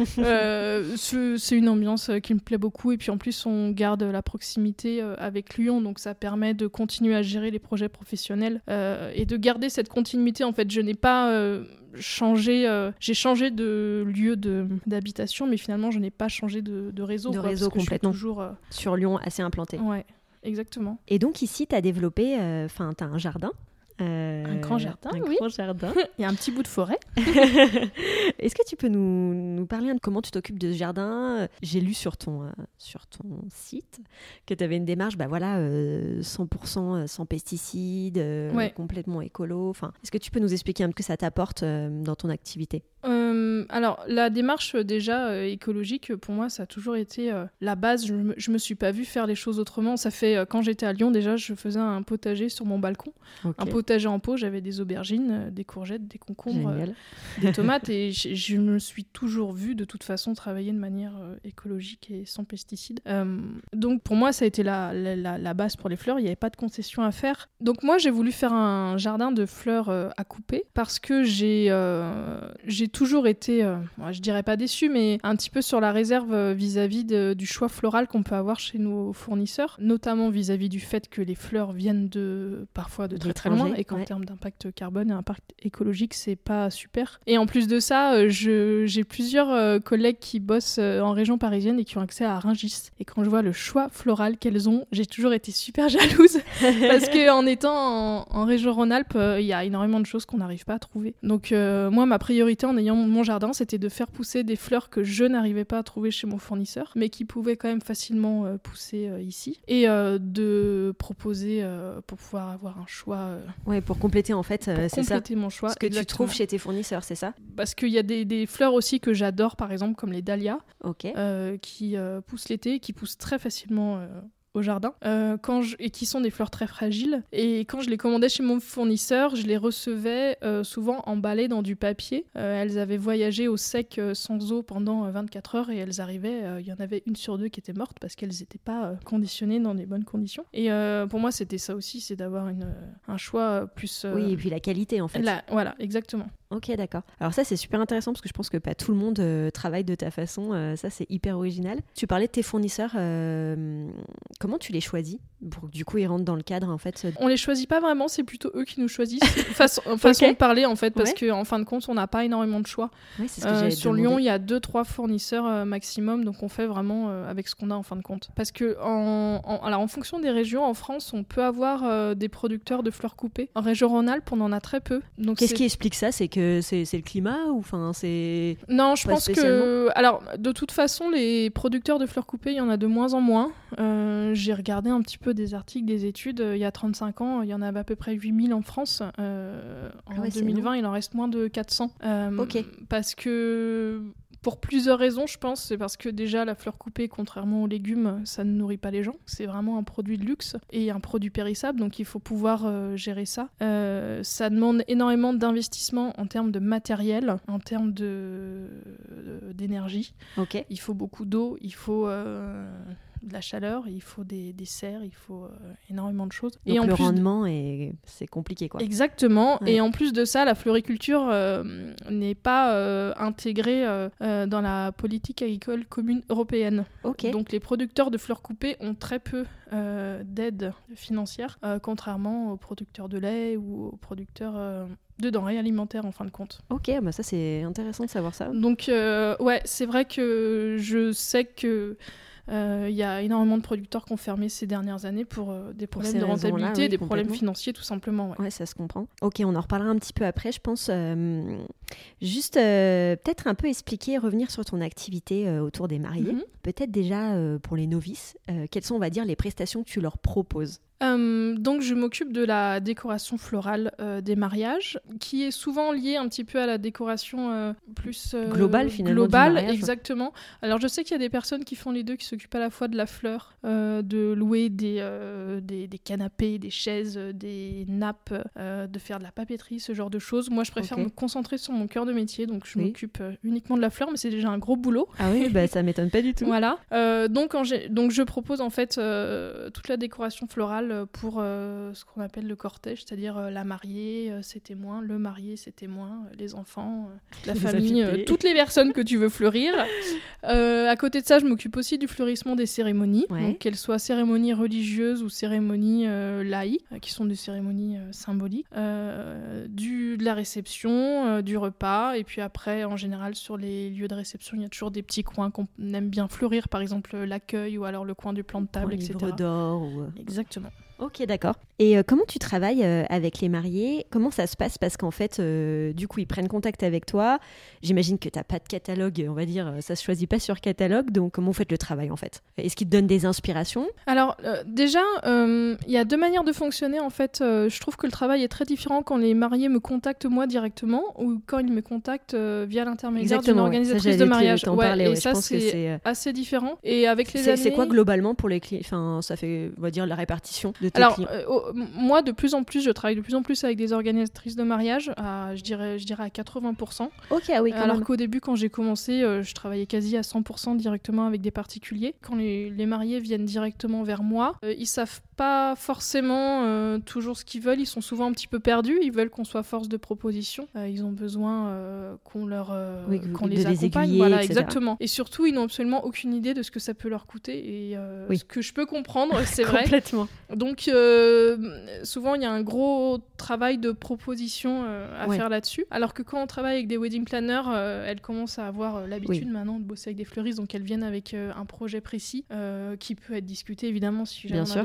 euh, c'est, c'est une ambiance qui me plaît beaucoup. Et puis en plus, on garde la proximité euh, avec Lyon, donc ça permet de continuer à gérer les projets professionnels euh, et de garder cette continuité. En fait, je n'ai pas... Euh, Changer, euh, j'ai changé de lieu de, d'habitation, mais finalement, je n'ai pas changé de, de réseau. De quoi, réseau parce que complètement. Je suis toujours, euh... sur Lyon, assez implanté. Ouais, exactement. Et donc ici, tu as développé, enfin, euh, tu as un jardin. Euh, un grand jardin, un oui. grand jardin. Il y a un petit bout de forêt. Est-ce que tu peux nous, nous parler de comment tu t'occupes de ce jardin? J'ai lu sur ton, euh, sur ton site que tu avais une démarche bah voilà, euh, cent pour cent sans pesticides, euh, ouais. complètement écolo. Enfin, est-ce que tu peux nous expliquer un peu ce que ça t'apporte euh, dans ton activité? euh, Alors, la démarche déjà euh, écologique, pour moi, ça a toujours été euh, la base. Je me, je me suis pas vue faire les choses autrement. Ça fait, euh, quand j'étais à Lyon, déjà, je faisais un potager sur mon balcon. Okay. Un potager potager en pot, j'avais des aubergines, des courgettes, des concombres, euh, des tomates et je, je me suis toujours vue de toute façon travailler de manière euh, écologique et sans pesticides. Euh, donc pour moi ça a été la, la, la, la base pour les fleurs, il n'y avait pas de concession à faire. Donc moi j'ai voulu faire un jardin de fleurs euh, à couper parce que j'ai, euh, j'ai toujours été, euh, je dirais pas déçue, mais un petit peu sur la réserve euh, vis-à-vis de, du choix floral qu'on peut avoir chez nos fournisseurs, notamment vis-à-vis du fait que les fleurs viennent de, parfois de très très loin et qu'en ouais. termes d'impact carbone et impact écologique, c'est pas super. Et en plus de ça, je, j'ai plusieurs euh, collègues qui bossent euh, en région parisienne et qui ont accès à Rungis. Et quand je vois le choix floral qu'elles ont, j'ai toujours été super jalouse parce qu'en étant en, en région Rhône-Alpes, il euh, y a énormément de choses qu'on n'arrive pas à trouver. Donc euh, moi, ma priorité en ayant mon jardin, c'était de faire pousser des fleurs que je n'arrivais pas à trouver chez mon fournisseur, mais qui pouvaient quand même facilement euh, pousser euh, ici, et euh, de proposer euh, pour pouvoir avoir un choix. Euh, ouais, pour compléter en fait, euh, pour c'est compléter ça. mon choix. Ce que exactement. tu trouves chez tes fournisseurs, c'est ça ? Parce qu'il y a des, des fleurs aussi que j'adore, par exemple, comme les dahlias, Ok. euh, qui euh, poussent l'été, qui poussent très facilement euh, au jardin, euh, quand je... et qui sont des fleurs très fragiles. Et quand je les commandais chez mon fournisseur, je les recevais euh, souvent emballées dans du papier. Euh, elles avaient voyagé au sec euh, sans eau pendant euh, vingt-quatre heures et elles arrivaient, il euh, y en avait une sur deux qui était morte parce qu'elles n'étaient pas euh, conditionnées dans des bonnes conditions. Et euh, pour moi, c'était ça aussi, c'est d'avoir une, euh, un choix plus... Euh... Oui, et puis la qualité en fait. La... Voilà, exactement. Ok, d'accord. Alors ça, c'est super intéressant parce que je pense que pas tout le monde euh, travaille de ta façon. Euh, ça, c'est hyper original. Tu parlais de tes fournisseurs. Euh, comment tu les choisis pour que du coup, ils rentrent dans le cadre en fait. On les choisit pas vraiment, c'est plutôt eux qui nous choisissent. façon façon okay. de parler en fait, parce ouais. qu'en en fin de compte, on n'a pas énormément de choix. Ouais, c'est ce que euh, sur demandé. Lyon, il y a deux trois fournisseurs euh, maximum, donc on fait vraiment euh, avec ce qu'on a en fin de compte. Parce que en, en, alors, en fonction des régions, en France, on peut avoir euh, des producteurs de fleurs coupées. En région Rhône-Alpes, on en a très peu. Donc qu'est-ce c'est... qui explique ça ? C'est que c'est, c'est le climat ou enfin c'est non, je pense que alors de toute façon, les producteurs de fleurs coupées, il y en a de moins en moins. Euh, j'ai regardé un petit peu des articles, des études. Il y a trente-cinq ans, il y en avait à peu près huit mille en France. Euh, en ouais, deux mille vingt, il en reste moins de quatre cents. Euh, ok. Parce que pour plusieurs raisons, je pense. C'est parce que déjà, la fleur coupée, contrairement aux légumes, ça ne nourrit pas les gens. C'est vraiment un produit de luxe et un produit périssable, donc il faut pouvoir euh, gérer ça. Euh, ça demande énormément d'investissement en termes de matériel, en termes de... d'énergie. Ok. Il faut beaucoup d'eau, il faut... Euh... de la chaleur, il faut des, des serres, il faut euh, énormément de choses. Donc et en le plus rendement, de... est... c'est compliqué, quoi. Exactement. Ouais. Et en plus de ça, la floriculture euh, n'est pas euh, intégrée euh, euh, dans la politique agricole commune européenne. Okay. Donc les producteurs de fleurs coupées ont très peu euh, d'aide financière, euh, contrairement aux producteurs de lait ou aux producteurs... Euh, de denrées alimentaires en fin de compte. Ok, bah ça c'est intéressant de savoir ça. Donc euh, ouais, c'est vrai que je sais que il euh, y a énormément de producteurs qui ont fermé ces dernières années pour euh, des problèmes pour de rentabilité, oui, des problèmes financiers tout simplement. Ouais. ouais, ça se comprend. Ok, on en reparlera un petit peu après, je pense. Euh, juste euh, peut-être un peu expliquer, revenir sur ton activité euh, autour des mariés. Mm-hmm. Peut-être déjà euh, pour les novices, euh, quelles sont, on va dire, les prestations que tu leur proposes ? Euh, donc je m'occupe de la décoration florale euh, des mariages, qui est souvent liée un petit peu à la décoration euh, plus euh, globale finalement. Globale, du mariage. Exactement. Alors je sais qu'il y a des personnes qui font les deux, qui s'occupent à la fois de la fleur, euh, de louer des, euh, des, des canapés, des chaises, des nappes, euh, de faire de la papeterie, ce genre de choses. Moi je préfère okay. me concentrer sur mon cœur de métier, donc je oui. m'occupe euh, uniquement de la fleur, mais c'est déjà un gros boulot. Ah oui, bah ça m'étonne pas du tout. Voilà. Euh, donc, en gé- donc je propose en fait euh, toute la décoration florale pour euh, ce qu'on appelle le cortège, c'est-à-dire euh, la mariée, euh, ses témoins, le marié, ses témoins, euh, les enfants, euh, la les famille, euh, toutes les personnes que tu veux fleurir. Euh, à côté de ça, je m'occupe aussi du fleurissement des cérémonies, ouais. donc qu'elles soient cérémonies religieuses ou cérémonies euh, laïques, euh, qui sont des cérémonies euh, symboliques, euh, du, de la réception, euh, du repas, et puis après, en général, sur les lieux de réception, il y a toujours des petits coins qu'on aime bien fleurir, par exemple l'accueil ou alors le coin du plan de table, un et cetera. Livre d'or ou... Exactement. Ok, d'accord. Et euh, comment tu travailles euh, avec les mariés ? Comment ça se passe ? Parce qu'en fait, euh, du coup, ils prennent contact avec toi. J'imagine que tu n'as pas de catalogue, on va dire, ça se choisit pas sur catalogue. Donc, comment vous faites le travail, en fait ? Est-ce qu'ils te donnent des inspirations ? Alors, euh, déjà, il euh, y a deux manières de fonctionner, en fait. Euh, je trouve que le travail est très différent quand les mariés me contactent moi directement ou quand ils me contactent euh, via l'intermédiaire d'une organisatrice ça, de mariage. Te, ouais, parler, et ouais, ça, c'est, c'est assez différent. Et avec les c'est, années... c'est quoi globalement pour les clients ? Enfin, ça fait, on va dire, la répartition de tes Alors, clients. Euh, oh, moi, de plus en plus, je travaille de plus en plus avec des organisatrices de mariage, à, je, dirais, je dirais à quatre-vingts pour cent. Ok, ah oui, quand Alors même. qu'au début, quand j'ai commencé, euh, je travaillais quasi à cent pour cent directement avec des particuliers. Quand les, les mariés viennent directement vers moi, euh, ils savent pas forcément euh, toujours ce qu'ils veulent. Ils sont souvent un petit peu perdus. Ils veulent qu'on soit force de proposition. Euh, ils ont besoin euh, qu'on leur, euh, oui, qu'on de les accompagne. Les aiguiller, voilà, et cetera. Exactement. Et surtout, ils n'ont absolument aucune idée de ce que ça peut leur coûter. Et euh, oui. ce que je peux comprendre, c'est vrai. Complètement. Donc, euh, souvent, il y a un gros travail de proposition euh, à ouais. faire là-dessus. Alors que quand on travaille avec des wedding planners, euh, elles commencent à avoir euh, l'habitude oui. maintenant de bosser avec des fleuristes. Donc, elles viennent avec euh, un projet précis euh, qui peut être discuté, évidemment, si jamais on a d'autres propositions.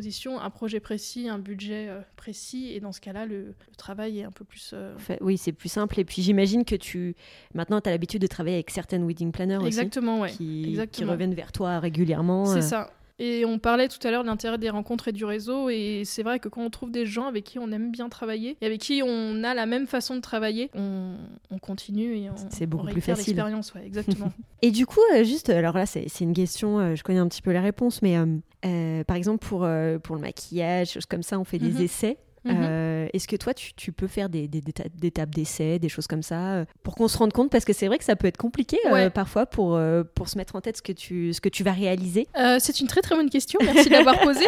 disposition un projet précis, un budget euh, précis, et dans ce cas-là, le, le travail est un peu plus... Euh... Enfin, oui, c'est plus simple. Et puis j'imagine que tu maintenant, tu as l'habitude de travailler avec certaines wedding planners Exactement, aussi, ouais. qui, Exactement. qui reviennent vers toi régulièrement. C'est euh... ça. Et on parlait tout à l'heure de l'intérêt des rencontres et du réseau, et c'est vrai que quand on trouve des gens avec qui on aime bien travailler, et avec qui on a la même façon de travailler, on, on continue et on, c'est beaucoup on plus facile. l'expérience, ouais, exactement. Et du coup, euh, juste, alors là, c'est, c'est une question, euh, je connais un petit peu les réponses, mais euh, euh, par exemple, pour, euh, pour le maquillage, choses comme ça, on fait des Mm-hmm. essais. Euh, est-ce que toi, tu, tu peux faire des, des, des, ta- des tables d'essai, des choses comme ça, euh, pour qu'on se rende compte, parce que c'est vrai que ça peut être compliqué euh, Ouais. parfois pour, euh, pour se mettre en tête ce que tu, ce que tu vas réaliser. Euh, c'est une très très bonne question, merci de l'avoir posée.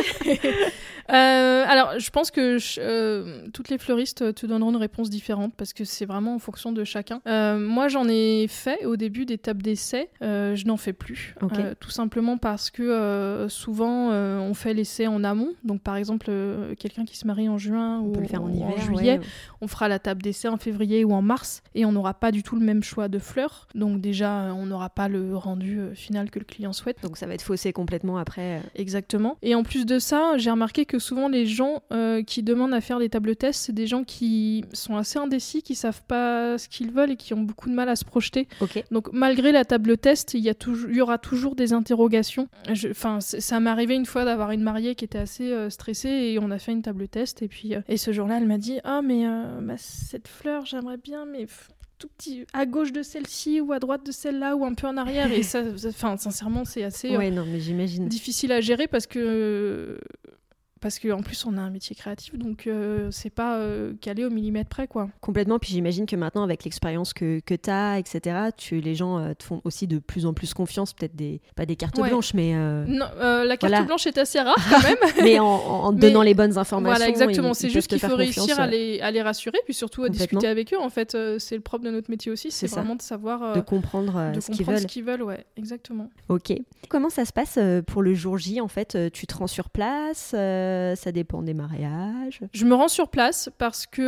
euh, alors, je pense que je, euh, toutes les fleuristes te donneront une réponse différente, parce que c'est vraiment en fonction de chacun. Euh, moi, j'en ai fait au début des tables d'essai, euh, je n'en fais plus. Okay. Euh, tout simplement parce que euh, souvent, euh, on fait l'essai en amont. Donc, par exemple, euh, quelqu'un qui se marie en juin, On ou peut le faire en hiver, en juillet, ouais. on fera la table d'essai en février ou en mars, et on n'aura pas du tout le même choix de fleurs, donc déjà on n'aura pas le rendu euh, final que le client souhaite. Donc ça va être faussé complètement après. Exactement. Et en plus de ça, j'ai remarqué que souvent les gens euh, qui demandent à faire des tables tests, c'est des gens qui sont assez indécis, qui savent pas ce qu'ils veulent et qui ont beaucoup de mal à se projeter. Ok. Donc malgré la table test, il y, a toujours, il y aura toujours des interrogations. Enfin, ça m'est arrivé une fois d'avoir une mariée qui était assez euh, stressée, et on a fait une table test, et puis euh, et ce jour-là, elle m'a dit « Ah, mais euh, bah, cette fleur, j'aimerais bien, mais pff, tout petit, à gauche de celle-ci, ou à droite de celle-là, ou un peu en arrière. » Et ça, enfin, sincèrement, c'est assez ouais, euh, non, mais j'imagine. difficile à gérer, parce que... Euh, parce qu'en plus on a un métier créatif, donc euh, c'est pas euh, calé au millimètre près, quoi. Complètement, puis j'imagine que maintenant avec l'expérience que, que tu as, et cetera, tu, les gens euh, te font aussi de plus en plus confiance, peut-être des, pas des cartes Ouais. blanches, mais... Euh... Non, euh, la carte voilà. blanche est assez rare quand même. mais en, en te donnant les bonnes informations. Voilà, exactement, ils, c'est ils juste qu'il te faut réussir réussir à les, à les rassurer, puis surtout à discuter avec eux, en fait. Euh, c'est le propre de notre métier aussi, c'est, c'est vraiment de savoir... Euh, de comprendre, euh, de ce, comprendre qu'ils veulent. ce qu'ils veulent. Ouais, exactement. Ok. Comment ça se passe pour le jour J, en fait? Tu te rends sur place, euh, ça dépend des mariages? Je me rends sur place parce que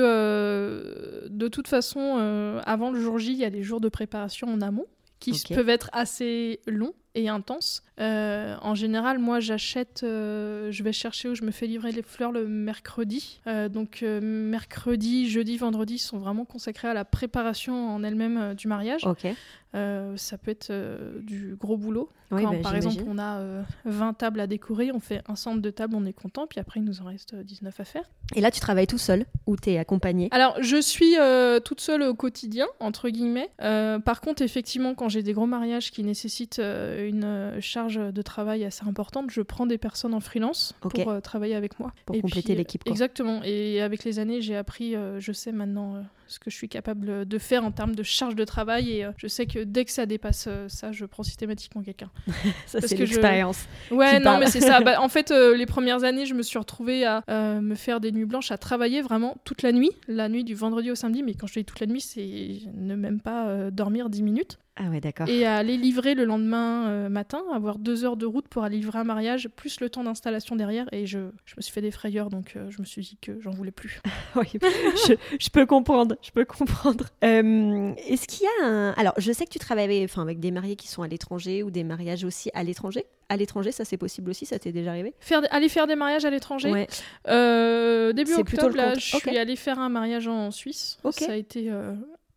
euh, de toute façon, euh, avant le jour J, il y a les jours de préparation en amont qui okay. peuvent être assez longs et intenses. Euh, en général, moi, j'achète, euh, je vais chercher où je me fais livrer les fleurs le mercredi. Euh, donc, euh, mercredi, jeudi, vendredi sont vraiment consacrés à la préparation en elle-même euh, du mariage. Okay. Euh, ça peut être euh, du gros boulot. Oui, Quand, bah, par j'imagine. exemple, on a euh, vingt tables à décorer, on fait un centre de table, on est content, puis après, il nous en reste dix-neuf à faire. Et là, tu travailles tout seul ou tu es accompagné? Alors, je suis euh, toute seule au quotidien, entre guillemets. Euh, par contre, effectivement, quand j'ai des gros mariages qui nécessitent euh, une charge de travail assez importante, je prends des personnes en freelance okay. pour euh, travailler avec moi. Pour et compléter puis, l'équipe. Quoi. Exactement. Et avec les années, j'ai appris, euh, je sais maintenant... Euh, ce que je suis capable de faire en termes de charge de travail, et euh, je sais que dès que ça dépasse euh, ça, je prends systématiquement quelqu'un. Ça, Parce c'est que l'expérience. Je... Ouais, non, mais c'est ça. Bah, en fait, euh, les premières années, je me suis retrouvée à euh, me faire des nuits blanches, à travailler vraiment toute la nuit, la nuit du vendredi au samedi, mais quand je dis toute la nuit, c'est ne même pas euh, dormir dix minutes. Ah ouais, d'accord. Et à aller livrer le lendemain euh, matin, avoir deux heures de route pour aller livrer un mariage, plus le temps d'installation derrière. Et je, je me suis fait des frayeurs, donc euh, je me suis dit que j'en voulais plus. Oui, je, je peux comprendre, je peux comprendre. Euh, est-ce qu'il y a un... Alors, je sais que tu travailles avec, enfin, avec des mariés qui sont à l'étranger ou des mariages aussi à l'étranger. À l'étranger, ça c'est possible aussi, ça t'est déjà arrivé? Faire, Aller faire des mariages à l'étranger ouais. euh, Début c'est octobre, là, je okay. suis allée faire un mariage en Suisse. Okay. Ça a été... Euh...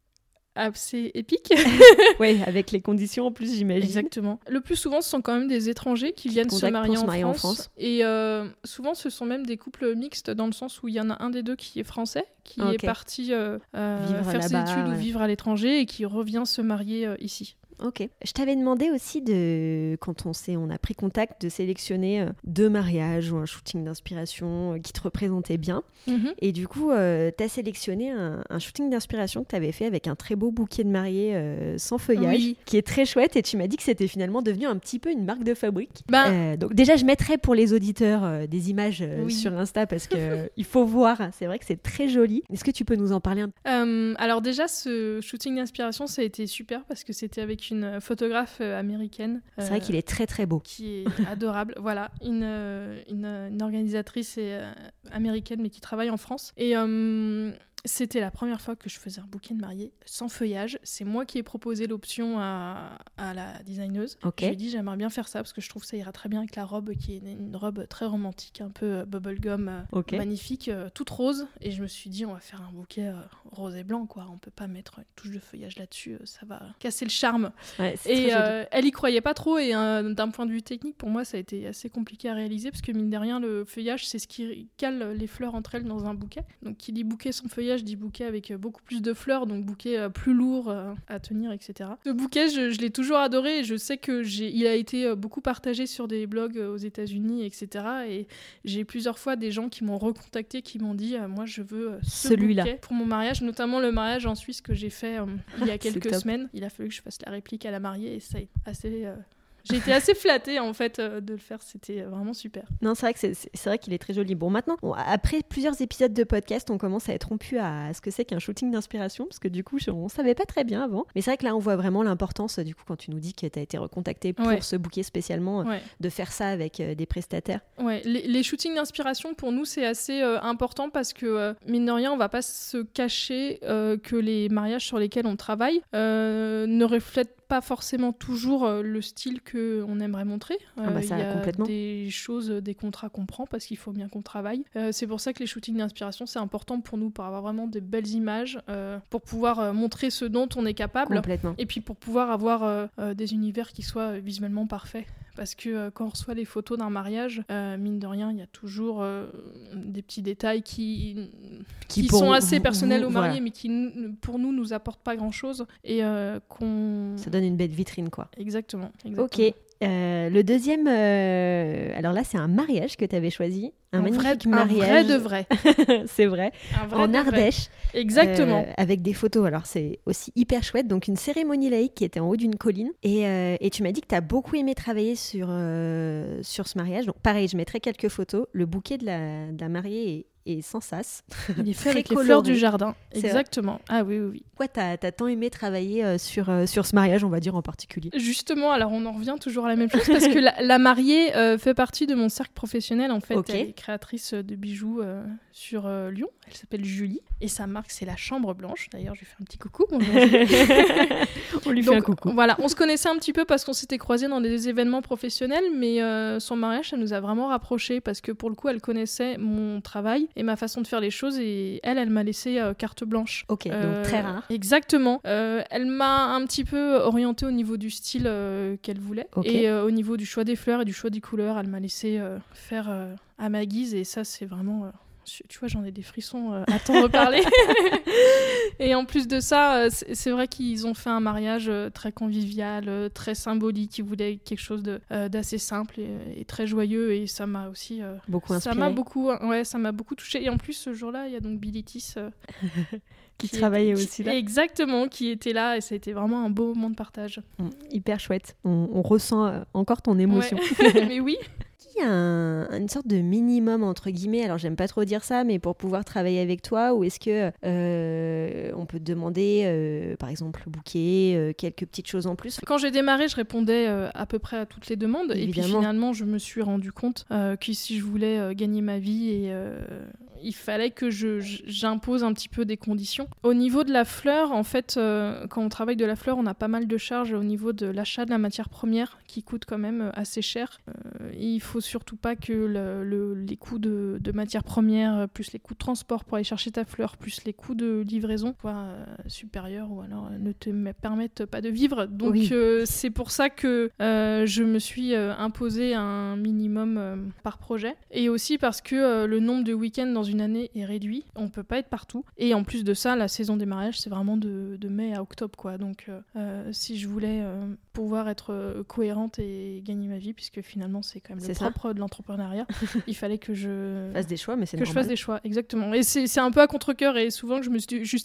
assez épique. Oui, avec les conditions en plus, j'imagine. Exactement. Le plus souvent, ce sont quand même des étrangers qui, qui viennent se marier, en, France. en France. Et euh, souvent, ce sont même des couples mixtes, dans le sens où il y en a un des deux qui est français, qui okay. est parti euh, euh, faire ses études ouais. ou vivre à l'étranger, et qui revient se marier euh, ici. Ok. Je t'avais demandé aussi, de, quand on, s'est, on a pris contact, de sélectionner euh, deux mariages ou un shooting d'inspiration euh, qui te représentaient bien. Mm-hmm. Et du coup, euh, tu as sélectionné un, un shooting d'inspiration que tu avais fait avec un très beau bouquet de mariés euh, sans feuillage, oui. qui est très chouette. Et tu m'as dit que c'était finalement devenu un petit peu une marque de fabrique. Ben... Euh, donc déjà, je mettrai pour les auditeurs euh, des images euh, oui. sur Insta, parce qu'il faut voir. C'est vrai que c'est très joli. Est-ce que tu peux nous en parler un peu? euh, Alors déjà, ce shooting d'inspiration, ça a été super, parce que c'était avec une photographe euh, américaine. C'est euh, vrai qu'il est très très beau. Qui est adorable. Voilà, une, une, une organisatrice et, euh, américaine, mais qui travaille en France. Et euh, c'était la première fois que je faisais un bouquet de mariée sans feuillage. C'est moi qui ai proposé l'option à, à la designeuse. Okay. Je lui ai dit j'aimerais bien faire ça parce que je trouve que ça ira très bien avec la robe qui est une, une robe très romantique, un peu euh, bubblegum, euh, okay. magnifique, euh, toute rose. Et je me suis dit on va faire un bouquet euh, rose et blanc, quoi. On peut pas mettre une touche de feuillage là-dessus, euh, ça va casser le charme. Ouais, c'est et très euh, joli. elle y croyait pas trop et euh, d'un point de vue technique, pour moi ça a été assez compliqué à réaliser parce que mine de rien le feuillage c'est ce qui cale les fleurs entre elles dans un bouquet. Donc qui dit bouquet sans feuillage dit bouquet avec beaucoup plus de fleurs, donc bouquet euh, plus lourd euh, à tenir, et cetera. Ce bouquet, je, je l'ai toujours adoré et je sais que j'ai, il a été euh, beaucoup partagé sur des blogs euh, aux États-Unis, et cetera. Et j'ai plusieurs fois des gens qui m'ont recontacté, qui m'ont dit euh, moi je veux euh, ce Celui-là bouquet pour mon mariage, notamment le mariage en Suisse que j'ai fait euh, il y a quelques semaines. Il a fallu que je fasse la réplique à la mariée et ça est assez... Euh, J'ai été assez flattée en fait euh, de le faire, c'était vraiment super. Non, c'est vrai que c'est, c'est vrai qu'il est très joli. Bon, maintenant, bon, après plusieurs épisodes de podcast, on commence à être rompu à ce que c'est qu'un shooting d'inspiration, parce que du coup, on savait pas très bien avant. Mais c'est vrai que là, on voit vraiment l'importance, du coup, quand tu nous dis que tu as été recontacté pour ouais. ce bouquet spécialement, ouais. de faire ça avec euh, des prestataires. Ouais, les, les shootings d'inspiration pour nous c'est assez euh, important parce que euh, mine de rien, on va pas se cacher euh, que les mariages sur lesquels on travaille euh, ne reflètent pas forcément toujours euh, le style qu'on aimerait montrer. Euh, ah bah ça, y a complètement. des choses, des contrats qu'on prend parce qu'il faut bien qu'on travaille. Euh, c'est pour ça que les shootings d'inspiration, c'est important pour nous, pour avoir vraiment des belles images, euh, pour pouvoir euh, montrer ce dont on est capable. Complètement. Et puis pour pouvoir avoir euh, euh, des univers qui soient visuellement parfaits. Parce que euh, quand on reçoit les photos d'un mariage, euh, mine de rien, il y a toujours euh, des petits détails qui, qui, qui sont assez personnels vous, au marié, voilà. mais qui, pour nous, nous apportent pas grand-chose. Et euh, qu'on... Ça donne une belle vitrine, quoi. Exactement. exactement. Ok. Euh, le deuxième, euh... alors là, c'est un mariage que tu avais choisi. Un, un magnifique vrai, mariage. Un vrai de vrai. C'est vrai. Un vrai en Ardèche. Vrai. Exactement. Euh, avec des photos. Alors, c'est aussi hyper chouette. Donc, une cérémonie laïque qui était en haut d'une colline. Et, euh, et tu m'as dit que tu as beaucoup aimé travailler sur, euh, sur ce mariage. Donc, pareil, je mettrai quelques photos. Le bouquet de la, de la mariée est et sans sas. Il est fait avec coloré. Les fleurs du jardin. Exactement. Ah oui, oui, oui. Pourquoi t'as, t'as tant aimé travailler euh, sur, euh, sur ce mariage, on va dire en particulier ? Justement, alors on en revient toujours à la même chose parce que la, la mariée euh, fait partie de mon cercle professionnel. En fait, okay. Elle est créatrice de bijoux euh, sur euh, Lyon. Elle s'appelle Julie. Et sa marque, c'est la Chambre Blanche. D'ailleurs, je lui fais un petit coucou. Bonjour. On lui Donc, fait un coucou. Voilà, on se connaissait un petit peu parce qu'on s'était croisés dans des événements professionnels, mais euh, son mariage, ça nous a vraiment rapprochés parce que pour le coup, elle connaissait mon travail et ma façon de faire les choses et elle, elle m'a laissé euh, carte blanche. Ok, euh, donc très rare. Exactement. Euh, elle m'a un petit peu orientée au niveau du style euh, qu'elle voulait okay. et euh, au niveau du choix des fleurs et du choix des couleurs, elle m'a laissé euh, faire euh, à ma guise et ça, c'est vraiment... Euh, tu vois, j'en ai des frissons euh, à t'en reparler. Et en plus de ça, euh, c'est, c'est vrai qu'ils ont fait un mariage euh, très convivial, euh, très symbolique. Ils voulaient quelque chose de, euh, d'assez simple et, et très joyeux. Et ça m'a aussi... Euh, beaucoup inspiré. Ça m'a beaucoup, ouais, ça m'a beaucoup touchée. Et en plus, ce jour-là, il y a donc Bilitis... Euh, qui, qui travaillait était, aussi là. Exactement, qui était là. Et ça a été vraiment un beau moment de partage. Mmh, hyper chouette. On, on ressent euh, encore ton émotion. Ouais. Mais oui. Il y a un, une sorte de minimum entre guillemets, alors j'aime pas trop dire ça, mais pour pouvoir travailler avec toi, ou est-ce que euh, on peut te demander euh, par exemple le bouquet, euh, quelques petites choses en plus? Quand j'ai démarré, je répondais euh, à peu près à toutes les demandes. Évidemment. Et puis finalement je me suis rendu compte euh, que si je voulais euh, gagner ma vie et euh, il fallait que je, j'impose un petit peu des conditions. Au niveau de la fleur, en fait, euh, quand on travaille de la fleur, on a pas mal de charges au niveau de l'achat de la matière première qui coûte quand même assez cher. Euh, il faut surtout pas que le, le, les coûts de, de matière première, plus les coûts de transport pour aller chercher ta fleur, plus les coûts de livraison soient euh, supérieurs ou alors euh, ne te permettent pas de vivre. Donc oui. euh, c'est pour ça que euh, je me suis euh, imposé un minimum euh, par projet. Et aussi parce que euh, le nombre de week-ends dans une année est réduit. On peut pas être partout. Et en plus de ça, la saison des mariages, c'est vraiment de, de mai à octobre, quoi. Donc euh, si je voulais euh, pouvoir être euh, cohérente et gagner ma vie, puisque finalement c'est quand même c'est le ça. propre de l'entrepreneuriat, il fallait que je fasse des choix, mais c'est que normal. je fasse des choix, exactement. Et c'est, c'est un peu à contre-cœur et souvent que je me justifie auprès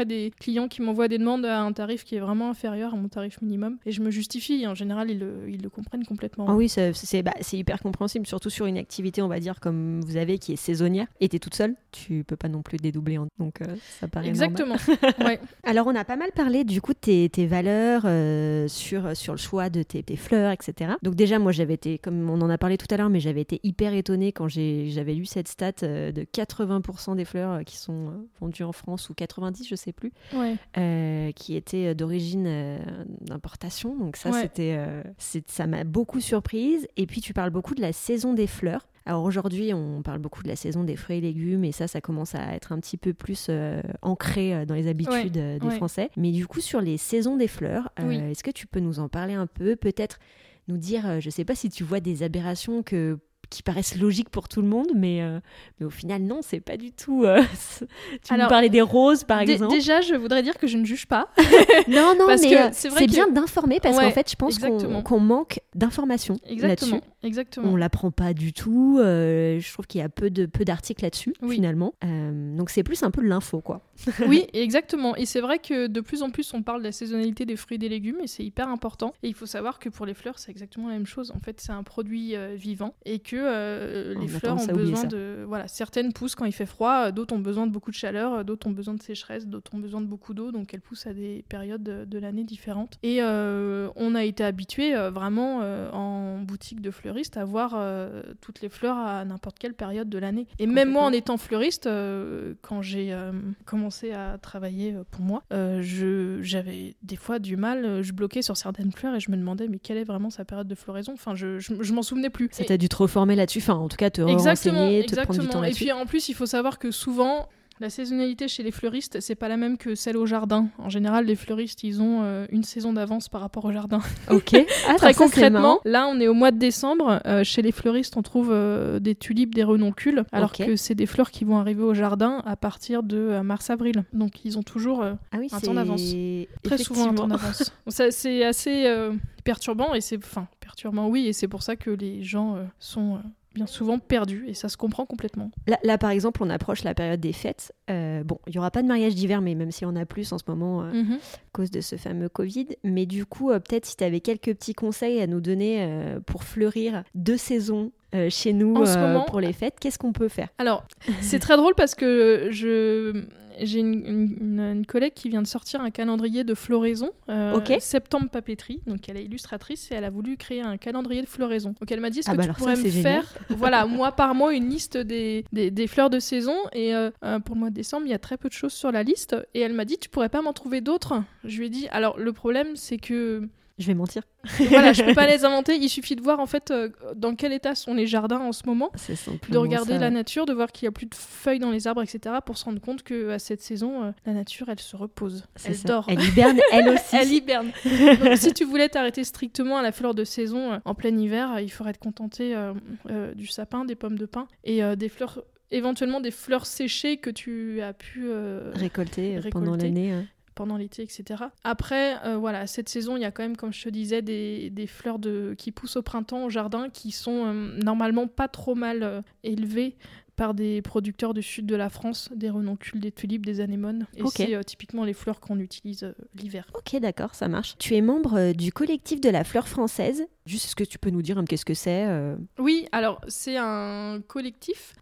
après des clients qui m'envoient des demandes à un tarif qui est vraiment inférieur à mon tarif minimum. Et je me justifie. En général, ils le, ils le comprennent complètement. Ah oui, c'est, c'est, bah, c'est hyper compréhensible, surtout sur une activité, on va dire, comme vous avez, qui est saisonnière. Et t'es toute seule, tu peux pas non plus dédoubler. En... Donc, euh, ça paraît Exactement. Ouais. Alors, on a pas mal parlé, du coup, de tes, tes valeurs euh, sur, sur le choix de tes, tes fleurs, et cetera. Donc, déjà, moi, j'avais été, comme on en a parlé tout à l'heure, mais j'avais été hyper étonnée quand j'ai, j'avais lu cette stat euh, de quatre-vingts pour cent des fleurs euh, qui sont euh, vendues en France, ou quatre-vingt-dix, je sais plus, ouais. euh, qui étaient d'origine euh, d'importation. Donc, ça, ouais. c'était, euh, c'est, ça m'a beaucoup surprise. Et puis, tu parles beaucoup de la saison des fleurs. Alors aujourd'hui, on parle beaucoup de la saison des fruits et légumes et ça, ça commence à être un petit peu plus euh, ancré dans les habitudes ouais, euh, des ouais. Français. Mais du coup, sur les saisons des fleurs, euh, oui. est-ce que tu peux nous en parler un peu ? Peut-être nous dire, euh, je ne sais pas si tu vois des aberrations que... qui paraissent logiques pour tout le monde, mais, euh, mais au final, non, c'est pas du tout... Euh, tu Alors, me parlais des roses, par d- exemple. Déjà, je voudrais dire que je ne juge pas. non, non, parce mais que euh, c'est, vrai c'est que... bien d'informer, parce ouais, qu'en fait, je pense qu'on, qu'on manque d'informations exactement, là-dessus. Exactement. On l'apprend pas du tout. Euh, je trouve qu'il y a peu, de, peu d'articles là-dessus, oui. finalement. Euh, donc, c'est plus un peu de l'info, quoi. Oui, exactement. Et c'est vrai que de plus en plus, on parle de la saisonnalité des fruits et des légumes, et c'est hyper important. Et il faut savoir que pour les fleurs, c'est exactement la même chose. En fait, c'est un produit euh, vivant, et que euh, les fleurs ont besoin de... Voilà, certaines poussent quand il fait froid, d'autres ont besoin de beaucoup de chaleur, d'autres ont besoin de sécheresse, d'autres ont besoin de beaucoup d'eau, donc elles poussent à des périodes de, de l'année différentes. Et euh, on a été habitués euh, vraiment euh, en boutique de fleuriste à voir euh, toutes les fleurs à n'importe quelle période de l'année. Et même moi, en étant fleuriste, euh, quand j'ai euh, commencé à travailler pour moi, euh, je, j'avais des fois du mal, je bloquais sur certaines fleurs et je me demandais mais quelle est vraiment sa période de floraison. Enfin, je, je, je m'en souvenais plus. Ça t'a dû te reformer là-dessus, enfin en tout cas te renseigner, te prendre du temps là-dessus. Et puis en plus, il faut savoir que souvent, la saisonnalité chez les fleuristes, c'est pas la même que celle au jardin. En général, les fleuristes, ils ont euh, une saison d'avance par rapport au jardin. Ok. Ah, Très ça, concrètement, là, on est au mois de décembre. Euh, chez les fleuristes, on trouve euh, des tulipes, des renoncules, alors okay. que c'est des fleurs qui vont arriver au jardin à partir de euh, mars-avril. Donc, ils ont toujours euh, ah oui, un c'est... temps d'avance. Très souvent un temps d'avance. ça, c'est assez euh, perturbant et c'est, enfin, perturbant, oui, et c'est pour ça que les gens euh, sont euh, bien souvent perdus, et ça se comprend complètement. Là, là par exemple, on approche la période des fêtes. Euh, bon, il n'y aura pas de mariage d'hiver, mais même si on a plus en ce moment, euh, mm-hmm. à cause de ce fameux Covid. Mais du coup, euh, peut-être si tu avais quelques petits conseils à nous donner euh, pour fleurir deux saisons euh, chez nous euh, moment, pour les fêtes, qu'est-ce qu'on peut faire ? Alors, c'est très drôle parce que je... j'ai une, une, une collègue qui vient de sortir un calendrier de floraison, euh, okay. Septembre Papeterie, donc elle est illustratrice et elle a voulu créer un calendrier de floraison. Donc elle m'a dit, est-ce ah que bah tu pourrais ça, me faire, voilà, mois par mois, une liste des, des, des fleurs de saison, et euh, pour le mois de décembre, il y a très peu de choses sur la liste, et elle m'a dit, tu pourrais pas m'en trouver d'autres ? Je lui ai dit, alors le problème, c'est que... Je vais mentir. Voilà, je peux pas les inventer. Il suffit de voir en fait euh, dans quel état sont les jardins en ce moment, de regarder ça, la ouais. nature, de voir qu'il y a plus de feuilles dans les arbres, et cetera, pour se rendre compte que à cette saison, euh, la nature, elle se repose, c'est elle ça. dort, elle hiberne, elle aussi. Elle hiberne. Donc, si tu voulais t'arrêter strictement à la fleur de saison euh, en plein hiver, euh, il faudrait te contenter euh, euh, du sapin, des pommes de pin et euh, des fleurs, éventuellement des fleurs séchées que tu as pu euh, récolter, récolter pendant l'année. Hein. pendant l'été, et cetera. Après, euh, voilà, cette saison, il y a quand même, comme je te disais, des, des fleurs de, qui poussent au printemps au jardin, qui sont euh, normalement pas trop mal euh, élevées par des producteurs du sud de la France, des renoncules, des tulipes, des anémones. Et okay. c'est euh, typiquement les fleurs qu'on utilise euh, l'hiver. Ok, d'accord, ça marche. Tu es membre euh, du collectif de la fleur française. Juste, est-ce que tu peux nous dire hein, qu'est-ce que c'est euh... Oui, alors c'est un collectif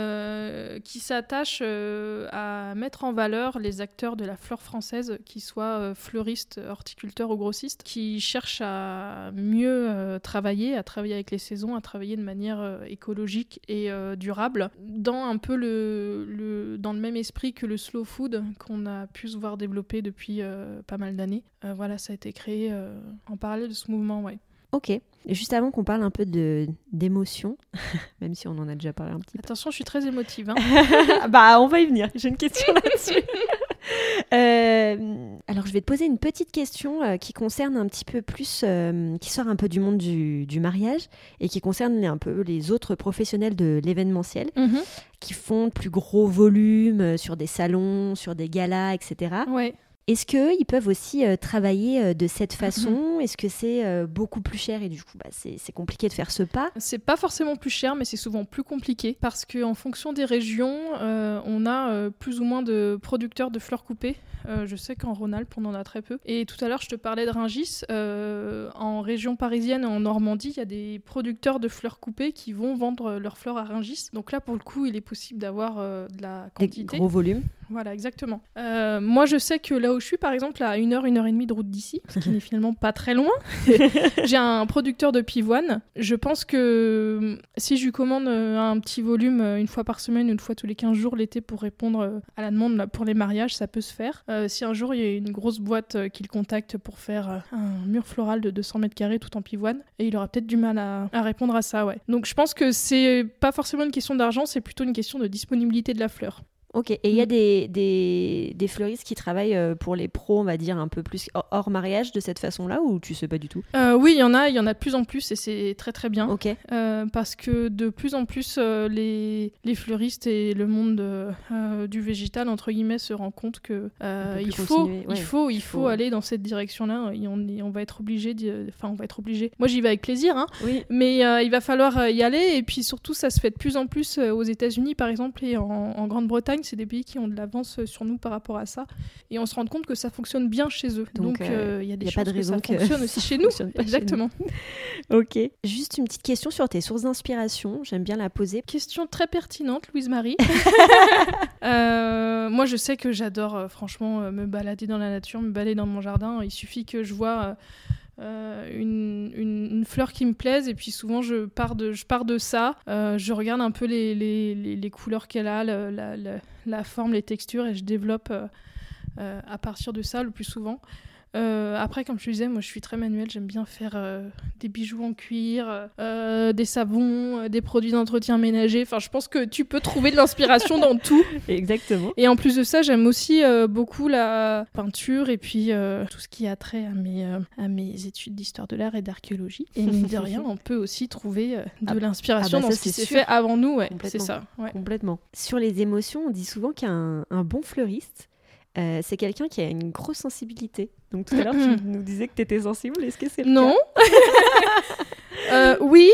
euh, qui s'attache euh, à mettre en valeur les acteurs de la fleur française, qu'ils soient euh, fleuristes, horticulteurs ou grossistes, qui cherchent à mieux euh, travailler, à travailler avec les saisons, à travailler de manière euh, écologique et euh, durable, dans un peu le, le, dans le même esprit que le slow food qu'on a pu se voir développer depuis euh, pas mal d'années. Euh, voilà, ça a été créé euh, en parallèle de ce mouvement, ouais. Ok. Et juste avant qu'on parle un peu de, d'émotion, même si on en a déjà parlé un petit peu. Attention, je suis très émotive. Hein. Bah, on va y venir. J'ai une question là-dessus. euh, alors, je vais te poser une petite question euh, qui concerne un petit peu plus, euh, qui sort un peu du monde du, du mariage et qui concerne un peu les autres professionnels de l'événementiel mm-hmm. qui font plus gros volume euh, sur des salons, sur des galas, et cetera. Ouais. Est-ce qu'ils peuvent aussi euh, travailler euh, de cette façon ? Est-ce que c'est euh, beaucoup plus cher et du coup bah, c'est, c'est compliqué de faire ce pas ? C'est pas forcément plus cher, mais c'est souvent plus compliqué parce qu'en fonction des régions, euh, on a euh, plus ou moins de producteurs de fleurs coupées. Euh, je sais qu'en Rhône-Alpes, on en a très peu. Et tout à l'heure, je te parlais de Rungis. Euh, en région parisienne et en Normandie, il y a des producteurs de fleurs coupées qui vont vendre leurs fleurs à Rungis. Donc là, pour le coup, il est possible d'avoir euh, de la quantité. Des gros volumes. Voilà, exactement. Euh, moi, je sais que là où je suis, par exemple, à une heure, une heure et demie de route d'ici, ce qui n'est finalement pas très loin, j'ai un producteur de pivoine. Je pense que si je lui commande un petit volume une fois par semaine, une fois tous les quinze jours l'été pour répondre à la demande là, pour les mariages, ça peut se faire. Euh, si un jour, il y a une grosse boîte qui le contacte pour faire un mur floral de deux cents mètres carrés tout en pivoine, et il aura peut-être du mal à, à répondre à ça, ouais. Donc, je pense que c'est pas forcément une question d'argent, c'est plutôt une question de disponibilité de la fleur. Ok, et il y a des, des, des fleuristes qui travaillent pour les pros, on va dire, un peu plus hors mariage de cette façon-là, ou tu sais pas du tout ? euh, Oui, il y en a, il y en a de plus en plus et c'est très très bien. Ok. Euh, parce que de plus en plus, euh, les, les fleuristes et le monde euh, du végétal, entre guillemets, se rendent compte que euh, il, faut, ouais. il faut il faut faut aller dans cette direction-là. Et on, est, on va être obligé, enfin on va être obligé. Moi, j'y vais avec plaisir, hein, oui. mais euh, il va falloir y aller. Et puis surtout, ça se fait de plus en plus aux États-Unis, par exemple, et en, en Grande-Bretagne. C'est des pays qui ont de l'avance sur nous par rapport à ça, et on se rend compte que ça fonctionne bien chez eux. Donc il euh, euh, y a des y a chances pas de raison que ça que fonctionne aussi chez nous. Exactement. Chez nous. Ok. Juste une petite question sur tes sources d'inspiration. J'aime bien la poser. Question très pertinente, Louise-Marie. euh, moi, je sais que j'adore, euh, franchement, euh, me balader dans la nature, me balader dans mon jardin. Il suffit que je vois euh, Euh, une, une, une fleur qui me plaise, et puis souvent je pars de, je pars de ça, euh, je regarde un peu les, les, les, les couleurs qu'elle a, la, la, la, la forme, les textures, et je développe euh, euh, à partir de ça le plus souvent. Euh, après, comme je te disais, moi je suis très manuelle, j'aime bien faire euh, des bijoux en cuir, euh, des savons, euh, des produits d'entretien ménager. Enfin, je pense que tu peux trouver de l'inspiration dans tout. Exactement. Et en plus de ça, j'aime aussi euh, beaucoup la peinture et puis euh, tout ce qui a trait à mes, euh, à mes études d'histoire de l'art et d'archéologie. Et mine de rien, on peut aussi trouver euh, de ah, l'inspiration ah bah ça, dans ce qui s'est fait avant nous. Ouais, c'est ça. Ouais. Complètement. Sur les émotions, on dit souvent qu'un un bon fleuriste, Euh, c'est quelqu'un qui a une grosse sensibilité. Donc tout à l'heure, tu nous disais que tu étais sensible. Est-ce que c'est le non. cas euh, Oui.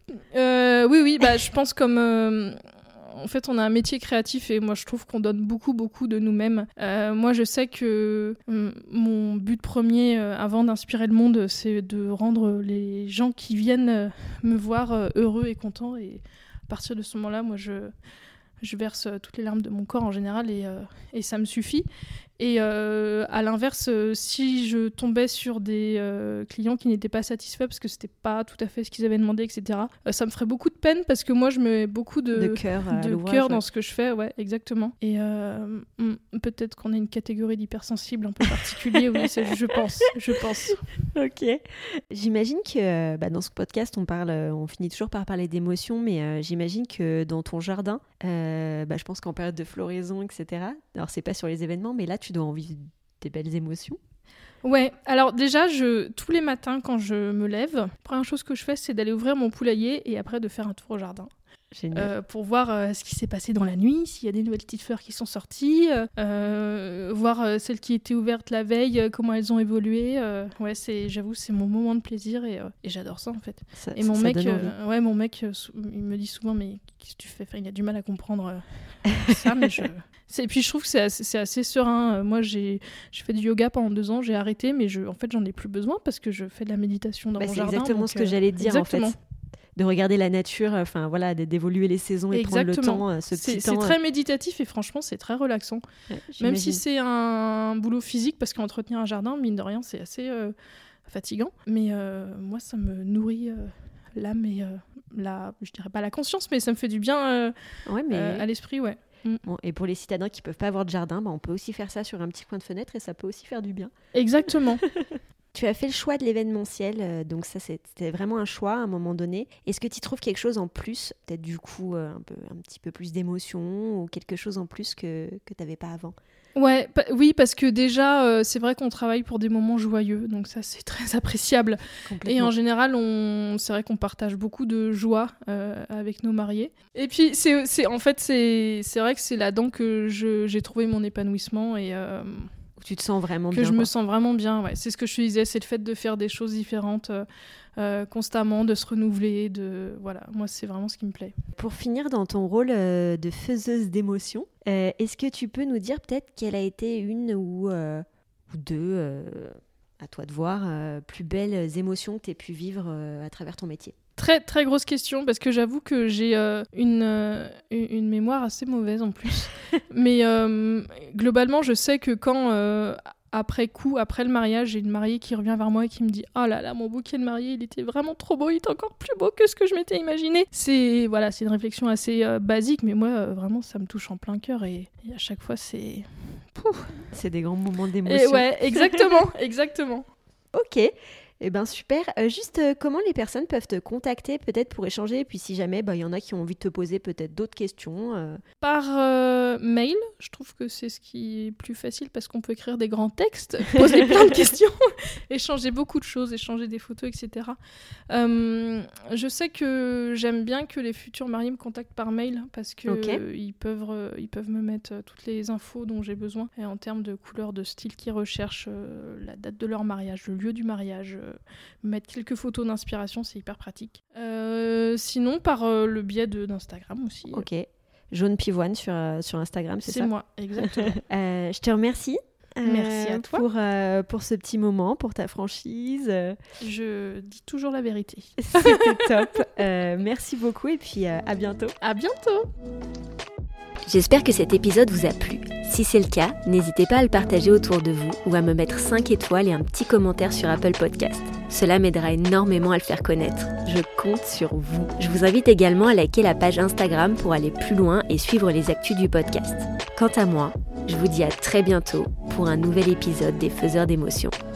Euh, oui, oui. Bah, je pense comme... Euh, en fait, on a un métier créatif et moi, je trouve qu'on donne beaucoup, beaucoup de nous-mêmes. Euh, moi, je sais que euh, mon but premier, euh, avant d'inspirer le monde, c'est de rendre les gens qui viennent euh, me voir euh, heureux et contents. Et à partir de ce moment-là, moi, je... je verse toutes les larmes de mon corps en général et, euh, et ça me suffit. Et euh, à l'inverse, euh, si je tombais sur des euh, clients qui n'étaient pas satisfaits parce que c'était pas tout à fait ce qu'ils avaient demandé, et cetera, euh, ça me ferait beaucoup de peine parce que moi, je mets beaucoup de, de cœur de cœur dans ouais. ce que je fais. Ouais, exactement. Et euh, peut-être qu'on a une catégorie d'hypersensibles un peu particulier, oui, je pense. Je pense. Ok. J'imagine que bah, dans ce podcast, on, parle, on finit toujours par parler d'émotions, mais euh, j'imagine que dans ton jardin, euh, bah, je pense qu'en période de floraison, et cetera, alors c'est pas sur les événements, mais là, tu dois en vivre des belles émotions. Ouais, alors déjà, je, tous les matins quand je me lève, la première chose que je fais, c'est d'aller ouvrir mon poulailler et après de faire un tour au jardin. Euh, pour voir euh, ce qui s'est passé dans la nuit, s'il y a des nouvelles petites fleurs qui sont sorties, euh, voir euh, celles qui étaient ouvertes la veille, euh, comment elles ont évolué. Euh, ouais, c'est, j'avoue, c'est mon moment de plaisir et, euh, et j'adore ça en fait. Ça, et ça, mon, ça mec, euh, ouais, mon mec, euh, il me dit souvent, mais qu'est-ce que tu fais ? Enfin, il a du mal à comprendre euh, ça, mais je... Et puis je trouve que c'est assez, c'est assez serein. Moi, j'ai, j'ai fait du yoga pendant deux ans, j'ai arrêté, mais je, en fait, j'en ai plus besoin parce que je fais de la méditation dans bah, mon c'est jardin. C'est exactement donc, ce que euh, j'allais te dire exactement. en fait. De regarder la nature, enfin voilà, d'évoluer les saisons et exactement. prendre le temps, ce c'est, petit c'est temps. C'est très méditatif et franchement, c'est très relaxant. Ouais, même si c'est un boulot physique, parce qu'entretenir un jardin, mine de rien, c'est assez euh, fatigant. Mais euh, moi, ça me nourrit euh, l'âme et euh, la, je dirais pas la conscience, mais ça me fait du bien euh, ouais, mais... euh, à l'esprit, ouais. Mm. Bon, et pour les citadins qui peuvent pas avoir de jardin, bah, on peut aussi faire ça sur un petit coin de fenêtre et ça peut aussi faire du bien. Exactement. Tu as fait le choix de l'événementiel, euh, donc ça c'était vraiment un choix à un moment donné. Est-ce que tu trouves quelque chose en plus, peut-être du coup euh, un, peu, un petit peu plus d'émotion ou quelque chose en plus que, que tu n'avais pas avant ? Ouais, pa- oui, parce que déjà, euh, c'est vrai qu'on travaille pour des moments joyeux, donc ça, c'est très appréciable. Et en général, on... c'est vrai qu'on partage beaucoup de joie euh, avec nos mariés. Et puis, c'est, c'est, en fait, c'est, c'est vrai que c'est là-dedans que je, j'ai trouvé mon épanouissement et... Euh... Où tu te sens vraiment que bien. Que je quoi. me sens vraiment bien, ouais. C'est ce que je te disais, c'est le fait de faire des choses différentes euh, euh, constamment, de se renouveler, de... Voilà, moi, c'est vraiment ce qui me plaît. Pour finir dans ton rôle euh, de faiseuse d'émotions, euh, est-ce que tu peux nous dire peut-être quelle a été une ou, euh, ou deux, euh, à toi de voir, euh, plus belles émotions que tu aies pu vivre euh, à travers ton métier ? Très, très grosse question, parce que j'avoue que j'ai euh, une, euh, une mémoire assez mauvaise en plus. Mais euh, globalement, je sais que quand, euh, après coup, après le mariage, j'ai une mariée qui revient vers moi et qui me dit « Oh là là, mon bouquet de mariée, il était vraiment trop beau, il était encore plus beau que ce que je m'étais imaginé. » C'est voilà, c'est une réflexion assez euh, basique, mais moi, euh, vraiment, ça me touche en plein cœur et, et à chaque fois, c'est... Pouf. C'est des grands moments d'émotion. Et ouais, exactement, exactement. Ok. Eh ben super. Euh, juste, euh, comment les personnes peuvent te contacter peut-être pour échanger ? Et puis si jamais, bah, y en a qui ont envie de te poser peut-être d'autres questions. Euh... Par euh, mail, je trouve que c'est ce qui est plus facile parce qu'on peut écrire des grands textes, poser plein de questions, échanger beaucoup de choses, échanger des photos, et cetera. Euh, je sais que j'aime bien que les futurs mariés me contactent par mail parce qu'ils okay. euh, ils peuvent, euh, ils peuvent me mettre euh, toutes les infos dont j'ai besoin et en termes de couleur, de style qu'ils recherchent, euh, la date de leur mariage, le lieu du mariage, euh, mettre quelques photos d'inspiration, c'est hyper pratique. Euh, sinon, par euh, le biais de, d'Instagram aussi. Ok. Jaune Pivoine sur, euh, sur Instagram, c'est, c'est ça ? C'est moi, exactement. euh, je te remercie. Euh, Merci à toi. Pour, euh, pour ce petit moment, pour ta franchise. Je dis toujours la vérité. C'était top. Euh, merci beaucoup et puis euh, à bientôt. À bientôt. J'espère que cet épisode vous a plu. Si c'est le cas, n'hésitez pas à le partager autour de vous ou à me mettre cinq étoiles et un petit commentaire sur Apple Podcast. Cela m'aidera énormément à le faire connaître. Je compte sur vous. Je vous invite également à liker la page Instagram pour aller plus loin et suivre les actus du podcast. Quant à moi, je vous dis à très bientôt pour un nouvel épisode des Faiseurs d'émotions.